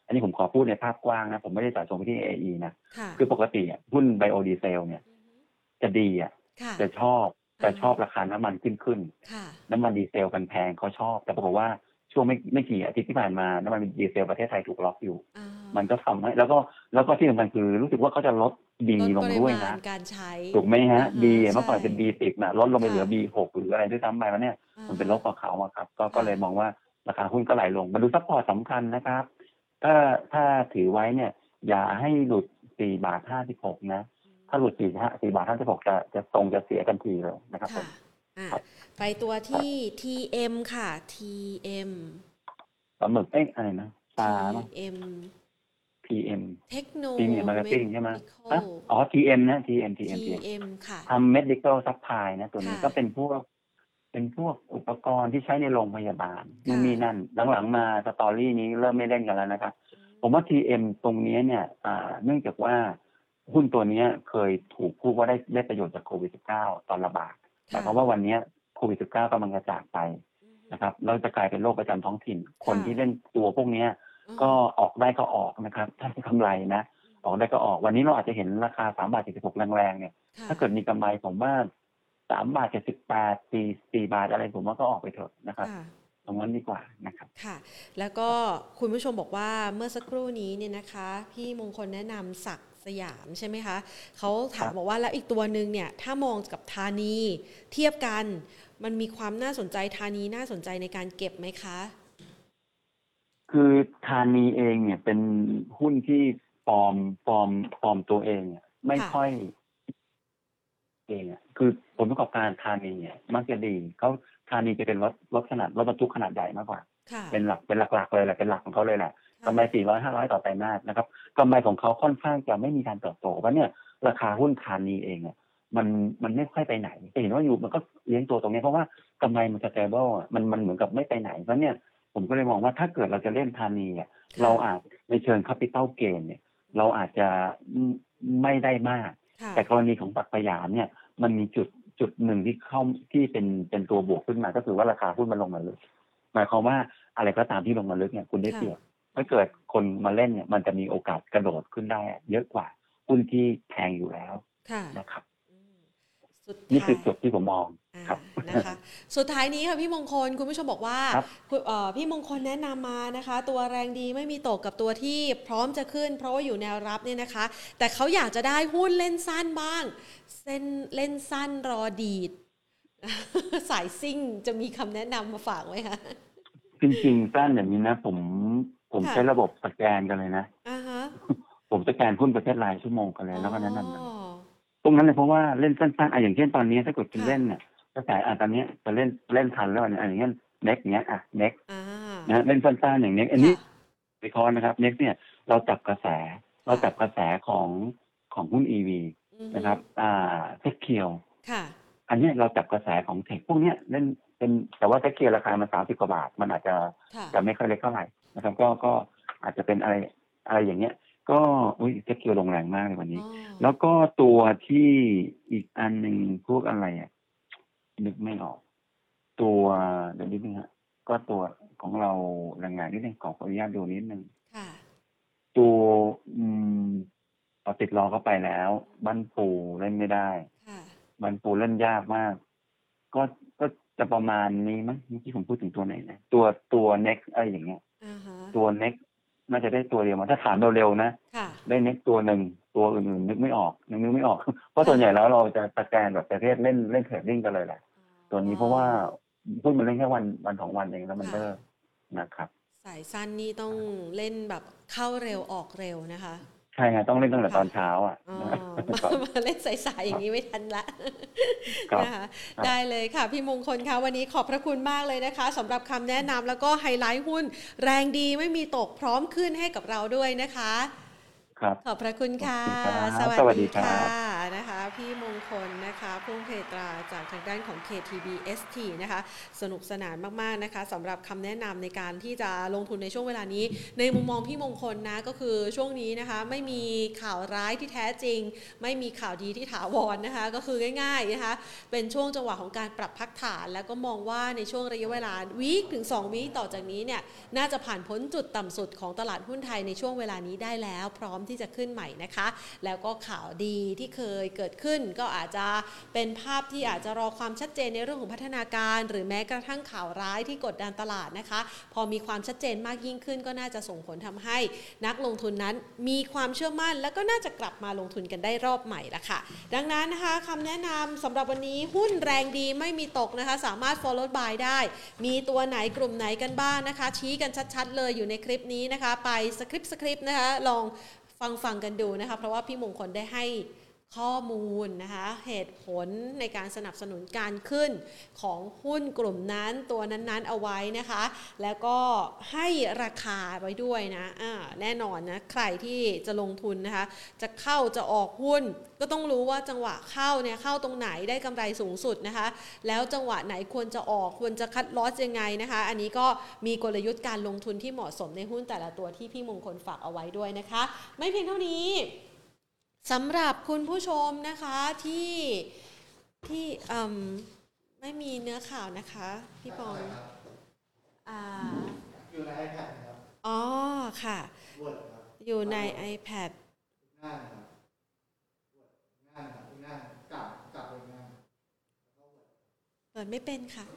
อันนี้ผมขอพูดในภาพกว้างนะผมไม่ได้เจาะจงไปที่ เอ อี นะ
ค่ะ
คือปกติอ่ะหุ้นไบโอดีเซลเนี่ยจะดีอ่ะ
ค่ะ
จะชอบจะชอบราคาน้ำมันขึ้นขึ้น
ค่ะ
น้ำมันดีเซลกันแพงเขาชอบ แต่ปรากฏว่าช่วงไม่ไม่กี่อาทิตย์ที่ผ่านมาน้ำมันดีเซลประเทศไทยถูกล็อกอยู่
อ่า
มันก็ทำให้แล้วก็แล้วก็ที่สำคัญคือรู้สึกว่าเขาจะลดดี
ลด
ล
ป
ง
ริ
ด้วย
มา
นะ
ณการใช้
ถูกไหมฮะ
อ่าฮะ
ดี
ใช่
เมื่อก่อนเป็น บี สิบ นะลดลงไปเหลือ
ค่ะ
บี หก หรืออะไรด้วยซ้ำไปแล้วเนี่ย
อ่า
มันเป็นลบกับเขาอะครับก็
ค่ะ
ก็เลยมองว่าราคาหุ้นก็ไหลลงมาดูซัพพอร์ตสำคัญนะครับ ถ้าถ้าถือไว้เนี่ยอย่าให้หลุดสี่บาทห้าสิบหกนะ ถ้าหลุดสี่บาทห้าสิบหกจะจะตรงจะเสียกันทีเลยนะครับผม
ค่ะอ่าไปตัวที่ ที เอ็ม ค่ะ ที เอ็ม
ปลาหมึกเอ๊ะอะไรนะปลา
ที เอ็ม
พี เอ็ม
เทคโน
ทีมมาร์เก็ตติ้งใช่ไหม
Medical
อ่ะอ๋อ ที เอ็ม นะ ที เอ็ม ที เอ็ม
ที เอ็ม ค่ะ
ทำ medical supply นะตัวนี้
ค่ะ
ก็เป็นพวกเป็นพวกอุปกรณ์ที่ใช้ในโรงพยาบาลนู่น
ค่ะ
นี่นั่นหลังๆมาสตอรี่นี้เริ่มไม่เล่นกันแล้วนะครับ ผมว่า ที เอ็ม ตรงนี้เนี่ยอ่าเนื่องจากว่าหุ้นตัวนี้เคยถูกพูดว่าได้ได้ประโยชน์จากโควิด สิบเก้า ตอนระบาดหมายความว่าวันนี้โควิด สิบเก้า กำลังจะจากไปนะครับเราจะกลายเป็นโรคประจำท้องถิ่น คนที่เล่นตัวพวกนี้ก็ออกได้ก็ออกนะครับถ้าได้กำไรนะออกได้ก็ออกวันนี้เราอาจจะเห็นราคาสามบาทเจ็ดสิบหกแรงๆเนี่ยถ้าเกิดมีกำไรผมว่าสามบาทเจ็ดสิบแปด สี่ สี่บาทอะไรผมว่าก็ออกไปเถอะนะครับตรงนั้นดีกว่านะครับ
ค่ะแล้วก็คุณผู้ชมบอกว่าเมื่อสักครู่นี้เนี่ยนะคะพี่มงคลแนะนำศักดิ์สยามใช่ไหมคะเขาถามบอกว่าแล้วอีกตัวนึงเนี่ยถ้ามองกับธานีเทียบกันมันมีความน่าสนใจธานีน่าสนใจในการเก็บไหมคะ
คือธานีเองเนี่ยเป็นหุ้นที่ฟอร์มฟอร์มฟอร์มตัวเองไม่ค่อยเองอ่ะคือผลประกอบการธานีเนี่ยมักจะดีเขาธานีจะเป็นรถรถขนาดรถบรรทุกขนาดใหญ่มากกว่าเป็นหลักเป็นหลักๆเลยแหละเป็นหลักของเขาเลยแหละกำไรสี่ร้อยห้าร้อยต่อไตรมาสนะครับกำไรของเขาค่อนข้างจะไม่มีการเติบโตเพราะเนี่ยราคาหุ้นธานีเองอ่ะมันมันไม่ค่อยไปไหนจะเห็นว่าอยู่มันก็เลี้ยงตัวตรงนี้เพราะว่ากำไรมันสเตเบิลอ่ะมันมันเหมือนกับไม่ไปไหนเพราะเนี่ยผมก็เลยมองว่าถ้าเกิดเราจะเล่นธานีอ่ะเราอาจในเชิงแคปิตอลเกนเนี่ยเราอาจจะไม่ได้มากแต่กรณีของปักสยามเนี่ยมันมีจุดจุดหนึ่งที่เข้าที่เป็นเป็นตัวบวกขึ้นมาก็คือว่าราคาหุ้นมันลงมาลึกหมายความว่าอะไรก็ตามที่ลงมาลึกเนี่ยคุณได้เปรียบถ้าเกิดคนมาเล่นเนี่ยมันจะมีโอกาสกระโดดขึ้นได้เยอะกว่าหุ้นที่แพงอยู่แล้วนะครับนี่คือจุดที่ผมมองครับ
นะคะสุดท้ายนี้ค่ะพี่มงคลคุณผู้ชมบอกว่าพี่มงคลแนะนำมานะคะตัวแรงดีไม่มีตกกับตัวที่พร้อมจะขึ้นเพราะว่าอยู่แนวรับเนี่ยนะคะแต่เขาอยากจะได้หุ้นเล่นสั้นบ้างเส้นเล่นสั้นรอดีดสายซิ่งจะมีคำแนะนำมาฝากไหมคะ
จริงๆสั้นอย่างนี้นะผมผมใช้ระบบสแกนกันเลยนะผมสแกนหุ้นประเภทรายชั่วโมงกันเลยแล้วก็แนะนำกันตรงนั้นเลยเพราะว่าเล่นสั้นๆอ่ะอย่างเช่นตอนนี้ถ้าเกิดคุณเล่นเนี่ยก็ขายอ่ะตอนนี้จะเล่นเล่นทันแล้วเนี่ยอย่างเงี้ยเน็กเนี้ยอ่ะเน็กนะเล่นสั้นๆอย่างเน็กอันนี้วิเคราะห์นะครับเน็กเนี่ยเราจับกระแสเราจับกระแสของของหุ้น อี วี นะครับอ่าเทคเคียวอันนี้เราจับกระแสของเทคพวกเนี้ยเล่นเป็นแต่ว่าเทคเคียวราคามันสามสิบกว่าบาทมันอาจจะจะไม่ค่อยเล็กเท่าไหร่นะครับก็ก็อาจจะเป็นอะไรอะไรอย่างเงี้ยก็อุ้ยเทคเคียวลงแรงมากเลยวันนี้แล้วก็ตัวที่อีกอันหนึ่งพวกอะไรอ่ะนึกไม่ออกตัวเดี๋ยวนิดนึงฮะก็ตัวของเราแรงงานนิดนึงขออนุญาตดูนิดนึงตัวอืมเราติดรอเข้าไปแล้วบ้านปูเล่นไม่ได้บ้านปูเล่นยากมากก็ก็จะประมาณนี้มั้งที่ผมพูดถึงตัวไหนนะตัวตัว next อะไรอย่างเงี้ยตัว nextน่าจะได้ตัวเดียวมาถ้าถามเร็วๆนะได้เน็กตัวหนึ่งตัวอื่นๆนึกไม่ออกนึกไม่ออกเพราะส่วนใหญ่แล้วเราจะสแกนแบบประเภทเล่นเล่นเทรดดิ้งกันเลยแหละตัวนี้เพราะว่าหุ้นมันเล่นแค่วันวันสองวันเองแล้วมันเลิกนะครับ
สายสั้นนี่ต้องเล่นแบบเข้าเร็วออกเร็วนะคะ
ใช่ไงต้องเล่นตั้งแต่ตอนเช้าอ่ะ
มาเล่นสายๆอย่างนี้ไม่ทันละนะคะได้เลยค่ะพี่มงคลคะวันนี้ขอบพระคุณมากเลยนะคะสำหรับคำแนะนำแล้วก็ไฮไลท์หุ้นแรงดีไม่มีตกพร้อมขึ้นให้กับเราด้วยนะคะ
ครับ
ขอบพระคุณค่ะสวัสดีค่ะนะคะพี่มงคลนะคะพงเพตราจากทางด้านของ เค ที บี เอส ที นะคะสนุกสนานมากๆนะคะสำหรับคำแนะนำในการที่จะลงทุนในช่วงเวลานี้ในมุมมองพี่มงคลนะก็คือช่วงนี้นะคะไม่มีข่าวร้ายที่แท้จริงไม่มีข่าวดีที่ถาวรนะคะก็คือง่ายๆนะคะเป็นช่วงจังหวะของการปรับพักฐานแล้วก็มองว่าในช่วงระยะเวลาวีคถึงสองวีคต่อจากนี้เนี่ยน่าจะผ่านพ้นจุดต่ำสุดของตลาดหุ้นไทยในช่วงเวลานี้ได้แล้วพร้อมที่จะขึ้นใหม่นะคะแล้วก็ข่าวดีที่เคยเกิดขึ้นก็อาจจะเป็นภาพที่อาจจะรอความชัดเจนในเรื่องของพัฒนาการหรือแม้กระทั่งข่าวร้ายที่กดดันตลาดนะคะพอมีความชัดเจนมากยิ่งขึ้นก็น่าจะส่งผลทำให้นักลงทุนนั้นมีความเชื่อมั่นแล้วก็น่าจะกลับมาลงทุนกันได้รอบใหม่ละค่ะดังนั้นนะคะคำแนะนำสำหรับวันนี้หุ้นแรงดีไม่มีตกนะคะสามารถ follow buy ได้มีตัวไหนกลุ่มไหนกันบ้างนะคะชี้กันชัดๆเลยอยู่ในคลิปนี้นะคะไปสคริปต์สคริปต์นะคะลองฟังฟังกันดูนะคะเพราะว่าพี่มงคลได้ให้ข้อมูลนะคะเหตุผลในการสนับสนุนการขึ้นของหุ้นกลุ่มนั้นตัวนั้นๆเอาไว้นะคะแล้วก็ให้ราคาไว้ด้วยนะอ่าแน่นอนนะใครที่จะลงทุนนะคะจะเข้าจะออกหุ้นก็ต้องรู้ว่าจังหวะเข้าเนี่ยเข้าตรงไหนได้กำไรสูงสุดนะคะแล้วจังหวะไหนควรจะออกควรจะคัดลอสยังไงนะคะอันนี้ก็มีกลยุทธ์การลงทุนที่เหมาะสมในหุ้นแต่ละตัวที่พี่มงคลฝากเอาไว้ด้วยนะคะไม่เพียงเท่านี้สำหรับคุณผู้ชมนะคะที่ที่อืมไม่มีเนื้อข่าวนะคะพี่ปองอ่า
อยู่ใน iPad ครับ
อ๋อค่ะ
Word ครับ
อยู่ใน iPad
หน้าครับ Word หน้าครับหน้ากลับกลับไปหน้า
เปิดไม่เป็นค่ะ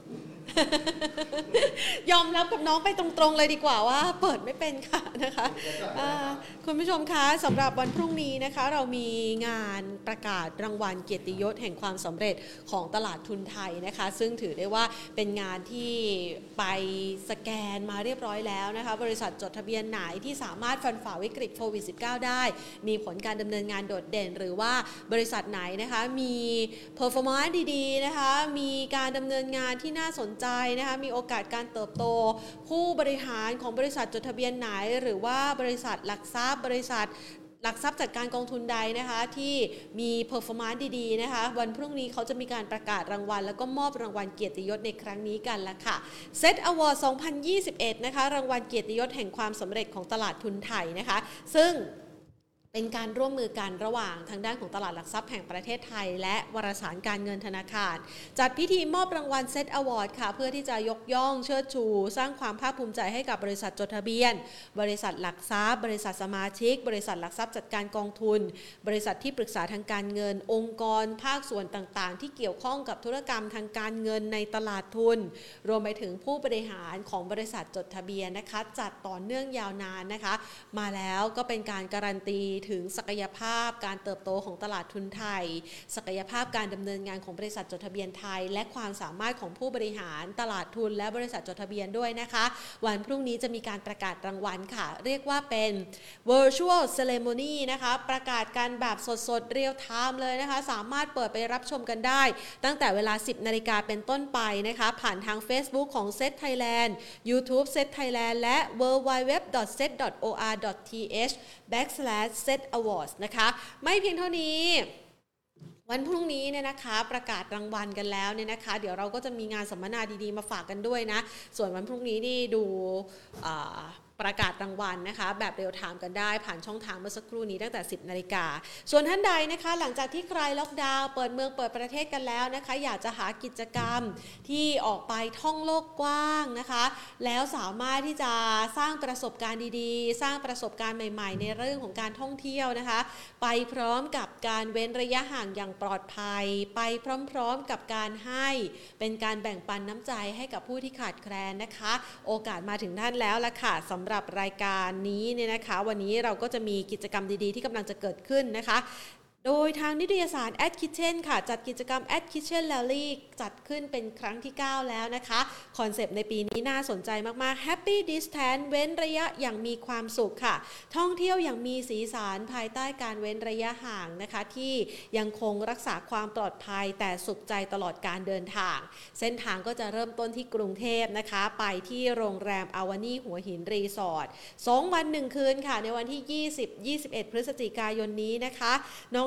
ยอมรับกับน้องไปตรงๆเลยดีกว่าว่าเปิดไม่เป็นค่ะนะคะคุณผู้ชมคะสำหรับวันพรุ่งนี้นะคะเรามีงานประกาศรางวัลเกียรติยศแห่งความสำเร็จของตลาดทุนไทยนะคะซึ่งถือได้ว่าเป็นงานที่ไปสแกนมาเรียบร้อยแล้วนะคะบริษัทจดทะเบียนไหนที่สามารถฟันฝ่าวิกฤตโควิด สิบเก้า ได้มีผลการดำเนินงานโดดเด่นหรือว่าบริษัทไหนนะคะมี performance ดีๆนะคะมีการดำเนินงานที่น่าสนใจนะคะมีโอกาสการเติบโตผู้บริหารของบริษัทจดทะเบียนไหนหรือว่าบริษัทหลักทรัพย์บริษัทหลักทรัพย์จัดการกองทุนใดนะคะที่มี performance ดีๆนะคะวันพรุ่งนี้เขาจะมีการประกาศรางวัลแล้วก็มอบรางวัลเกียรติยศในครั้งนี้กันละค่ะ เซต Award สองพันยี่สิบเอ็ดนะคะรางวัลเกียรติยศแห่งความสำเร็จของตลาดทุนไทยนะคะซึ่งเป็นการร่วมมือกันระหว่างทางด้านของตลาดหลักทรัพย์แห่งประเทศไทยและวารสารการเงินธนาคารจัดพิธีมอบรางวัลเซตอวอร์ดค่ะเพื่อที่จะยกย่องเชิดชูสร้างความภาคภูมิใจให้กับบริษัทจดทะเบียนบริษัทหลักทรัพย์บริษัทสมาชิกบริษัทหลักทรัพย์จัดการกองทุนบริษัทที่ปรึกษาทางการเงินองค์กรภาคส่วนต่างๆที่เกี่ยวข้องกับธุรกรรมทางการเงินในตลาดทุนรวมไปถึงผู้บริหารของบริษัทจดทะเบียนนะคะจัดต่อเนื่องยาวนานนะคะมาแล้วก็เป็นการการันตีถึงศักยภาพภาพการเติบโตของตลาดทุนไทยศักยภาพการดำเนินงานของบริษัทจดทะเบียนไทยและความสามารถของผู้บริหารตลาดทุนและบริษัทจดทะเบียนด้วยนะคะวันพรุ่งนี้จะมีการประกาศรางวัลค่ะเรียกว่าเป็น virtual ceremony นะคะประกาศกันแบบสดๆเรียลไทม์เลยนะคะสามารถเปิดไปรับชมกันได้ตั้งแต่เวลา สิบนาฬิกาเป็นต้นไปนะคะผ่านทาง Facebook ของ เซต Thailand YouTube เซต Thailand และ ดับเบิลยู ดับเบิลยู ดับเบิลยู ดอท เซต ดอท โอ อาร์ ดอท ที เอช แบ็กสแลช เซต อวอร์ด นะคะไม่เพียงเท่านี้วันพรุ่งนี้เนี่ยนะคะประกาศรางวัลกันแล้วเนี่ยนะคะเดี๋ยวเราก็จะมีงานสัมมนาดีๆมาฝากกันด้วยนะส่วนวันพรุ่งนี้นี่ดูประกาศรางวัลนะคะแบบเรียลไทม์กันได้ผ่านช่องทางเมื่อสักครู่นี้ตั้งแต่ สิบนาฬิกาส่วนท่านใดนะคะหลังจากที่ใครล็อกดาวน์เปิดเมืองเปิดประเทศกันแล้วนะคะอยากจะหากิจกรรมที่ออกไปท่องโลกกว้างนะคะแล้วสามารถที่จะสร้างประสบการณ์ดีๆสร้างประสบการณ์ใหม่ๆในเรื่องของการท่องเที่ยวนะคะไปพร้อมกับการเว้นระยะห่างอย่างปลอดภัยไปพร้อมๆกับการให้เป็นการแบ่งปันน้ำใจให้กับผู้ที่ขาดแคลนนะคะโอกาสมาถึงท่านแล้วละค่ะสำหรับรายการนี้เนี่ยนะคะวันนี้เราก็จะมีกิจกรรมดีๆที่กำลังจะเกิดขึ้นนะคะโดยทางนิตยสาร At Kitchen ค่ะจัดกิจกรรม At Kitchen Rally จัดขึ้นเป็นครั้งที่เก้าแล้วนะคะคอนเซปต์ในปีนี้น่าสนใจมากๆ Happy Distance เว้นระยะอย่างมีความสุขค่ะท่องเที่ยวอย่างมีสีสันภายใต้การเว้นระยะห่างนะคะที่ยังคงรักษาความปลอดภัยแต่สุขใจตลอดการเดินทางเส้นทางก็จะเริ่มต้นที่กรุงเทพนะคะไปที่โรงแรมอาวานี่หัวหินรีสอร์ทสองวันหนึ่งคืนค่ะในวันที่ยี่สิบ ยี่สิบเอ็ดพฤศจิกายนนี้นะคะนอก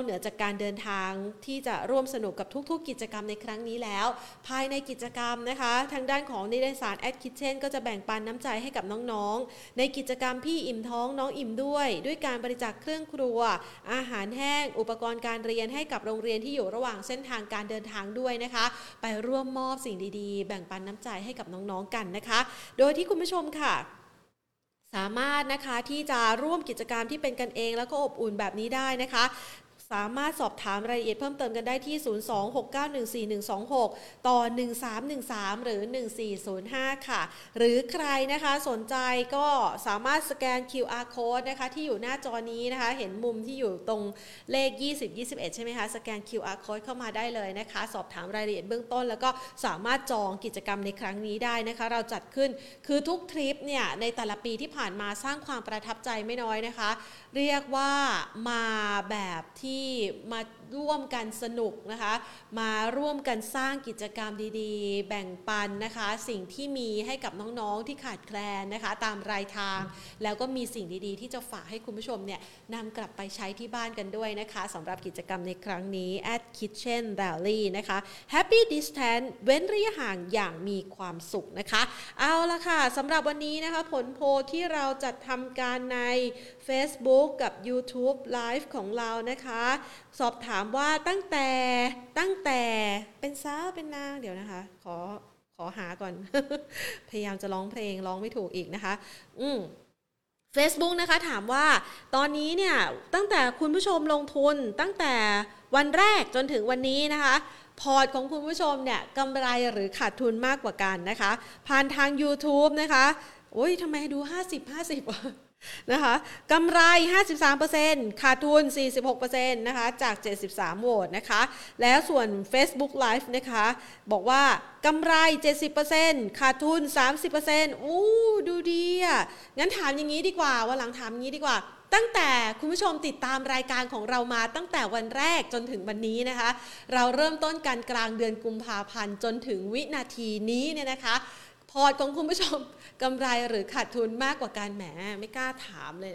เหนือจากการเดินทางที่จะร่วมสนุกกับทุกๆกิจกรรมในครั้งนี้แล้วภายในกิจกรรมนะคะทางด้านของนิตยสาร At Kitchen ก็จะแบ่งปันน้ำใจให้กับน้องๆในกิจกรรมพี่อิ่มท้องน้องอิ่มด้วยด้วยการบริจาคเครื่องครัวอาหารแห้งอุปกรณ์การเรียนให้กับโรงเรียนที่อยู่ระหว่างเส้นทางการเดินทางด้วยนะคะไปร่วมมอบสิ่งดีๆแบ่งปันน้ำใจให้กับน้องๆกันนะคะโดยที่คุณผู้ชมค่ะสามารถนะคะที่จะร่วมกิจกรรมที่เป็นกันเองแล้วก็อบอุ่นแบบนี้ได้นะคะสามารถสอบถามรายละเอียดเพิ่มเติมกันได้ที่ศูนย์ สอง หก เก้า หนึ่ง สี่ หนึ่ง สอง หกต่อหนึ่ง สาม หนึ่ง สามหรือหนึ่ง สี่ ศูนย์ ห้าค่ะหรือใครนะคะสนใจก็สามารถสแกน คิว อาร์ Code นะคะที่อยู่หน้าจอนี้นะคะเห็นมุมที่อยู่ตรงเลขยี่สิบ ยี่สิบเอ็ดใช่ไหมคะสแกน คิว อาร์ Code เข้ามาได้เลยนะคะสอบถามรายละเอียดเบื้องต้นแล้วก็สามารถจองกิจกรรมในครั้งนี้ได้นะคะเราจัดขึ้นคือทุกทริปเนี่ยในแต่ละปีที่ผ่านมาสร้างความประทับใจไม่น้อยนะคะเรียกว่ามาแบบที่มาร่วมกันสนุกนะคะมาร่วมกันสร้างกิจกรรมดีๆแบ่งปันนะคะสิ่งที่มีให้กับน้องๆที่ขาดแคลนนะคะตามรายทางแล้วก็มีสิ่งดีๆที่จะฝากให้คุณผู้ชมเนี่ยนำกลับไปใช้ที่บ้านกันด้วยนะคะสำหรับกิจกรรมในครั้งนี้ At Kitchen Rally นะคะ Happy Distance เว้นระยะห่างอย่างมีความสุขนะคะเอาละค่ะสำหรับวันนี้นะคะผลโพลที่เราจัดทำการใน Facebook กับ YouTube Live ของเรานะคะสอบถามว่าตั้งแต่ตั้งแต่เป็นสาวเป็นนางเดี๋ยวนะคะขอขอหาก่อน พยายามจะร้องเพลงร้องไม่ถูกอีกนะคะอืม Facebook นะคะถามว่าตอนนี้เนี่ยตั้งแต่คุณผู้ชมลงทุนตั้งแต่วันแรกจนถึงวันนี้นะคะพอร์ตของคุณผู้ชมเนี่ยกำไรหรือขาดทุนมากกว่ากันนะคะผ่านทาง YouTube นะคะโอ้ยทำไมดูห้าสิบ ห้าสิบนะคะกำไร ห้าสิบสามเปอร์เซ็นต์ ขาดทุน สี่สิบหกเปอร์เซ็นต์ นะคะจากเจ็ดสิบสามโหวตนะคะแล้วส่วน Facebook Live นะคะบอกว่ากำไร เจ็ดสิบเปอร์เซ็นต์ ขาดทุน สามสิบเปอร์เซ็นต์ อู้ดูดีอ่ะงั้นถามอย่างนี้ดีกว่าวันหลังถามอย่างนี้ดีกว่าตั้งแต่คุณผู้ชมติดตามรายการของเรามาตั้งแต่วันแรกจนถึงวันนี้นะคะเราเริ่มต้นกันกลางเดือนกุมภาพันธ์จนถึงวินาทีนี้เนี่ยนะคะพอร์ตของคุณผู้ชมกำไรหรือขาดทุนมากกว่ากันแหมไม่กล้าถามเลย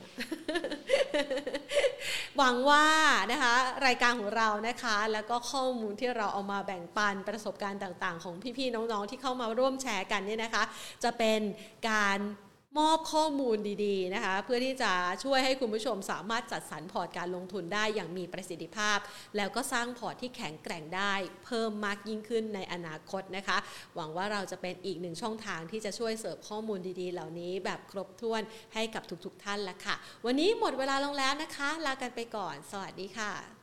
หวังว่านะคะรายการของเรานะคะแล้วก็ข้อมูลที่เราเอามาแบ่งปันประสบการณ์ต่างๆของพี่ๆน้องๆที่เข้ามาร่วมแชร์กันเนี่ยนะคะจะเป็นการมอบข้อมูลดีๆนะคะเพื่อที่จะช่วยให้คุณผู้ชมสามารถจัดสรรพอร์ตการลงทุนได้อย่างมีประสิทธิภาพแล้วก็สร้างพอร์ตที่แข็งแกร่งได้เพิ่มมากยิ่งขึ้นในอนาคตนะคะหวังว่าเราจะเป็นอีกหนึ่งช่องทางที่จะช่วยเสิร์ฟข้อมูลดีๆเหล่านี้แบบครบถ้วนให้กับทุกๆท่านละค่ะวันนี้หมดเวลาลงแล้วนะคะลากันไปก่อนสวัสดีค่ะ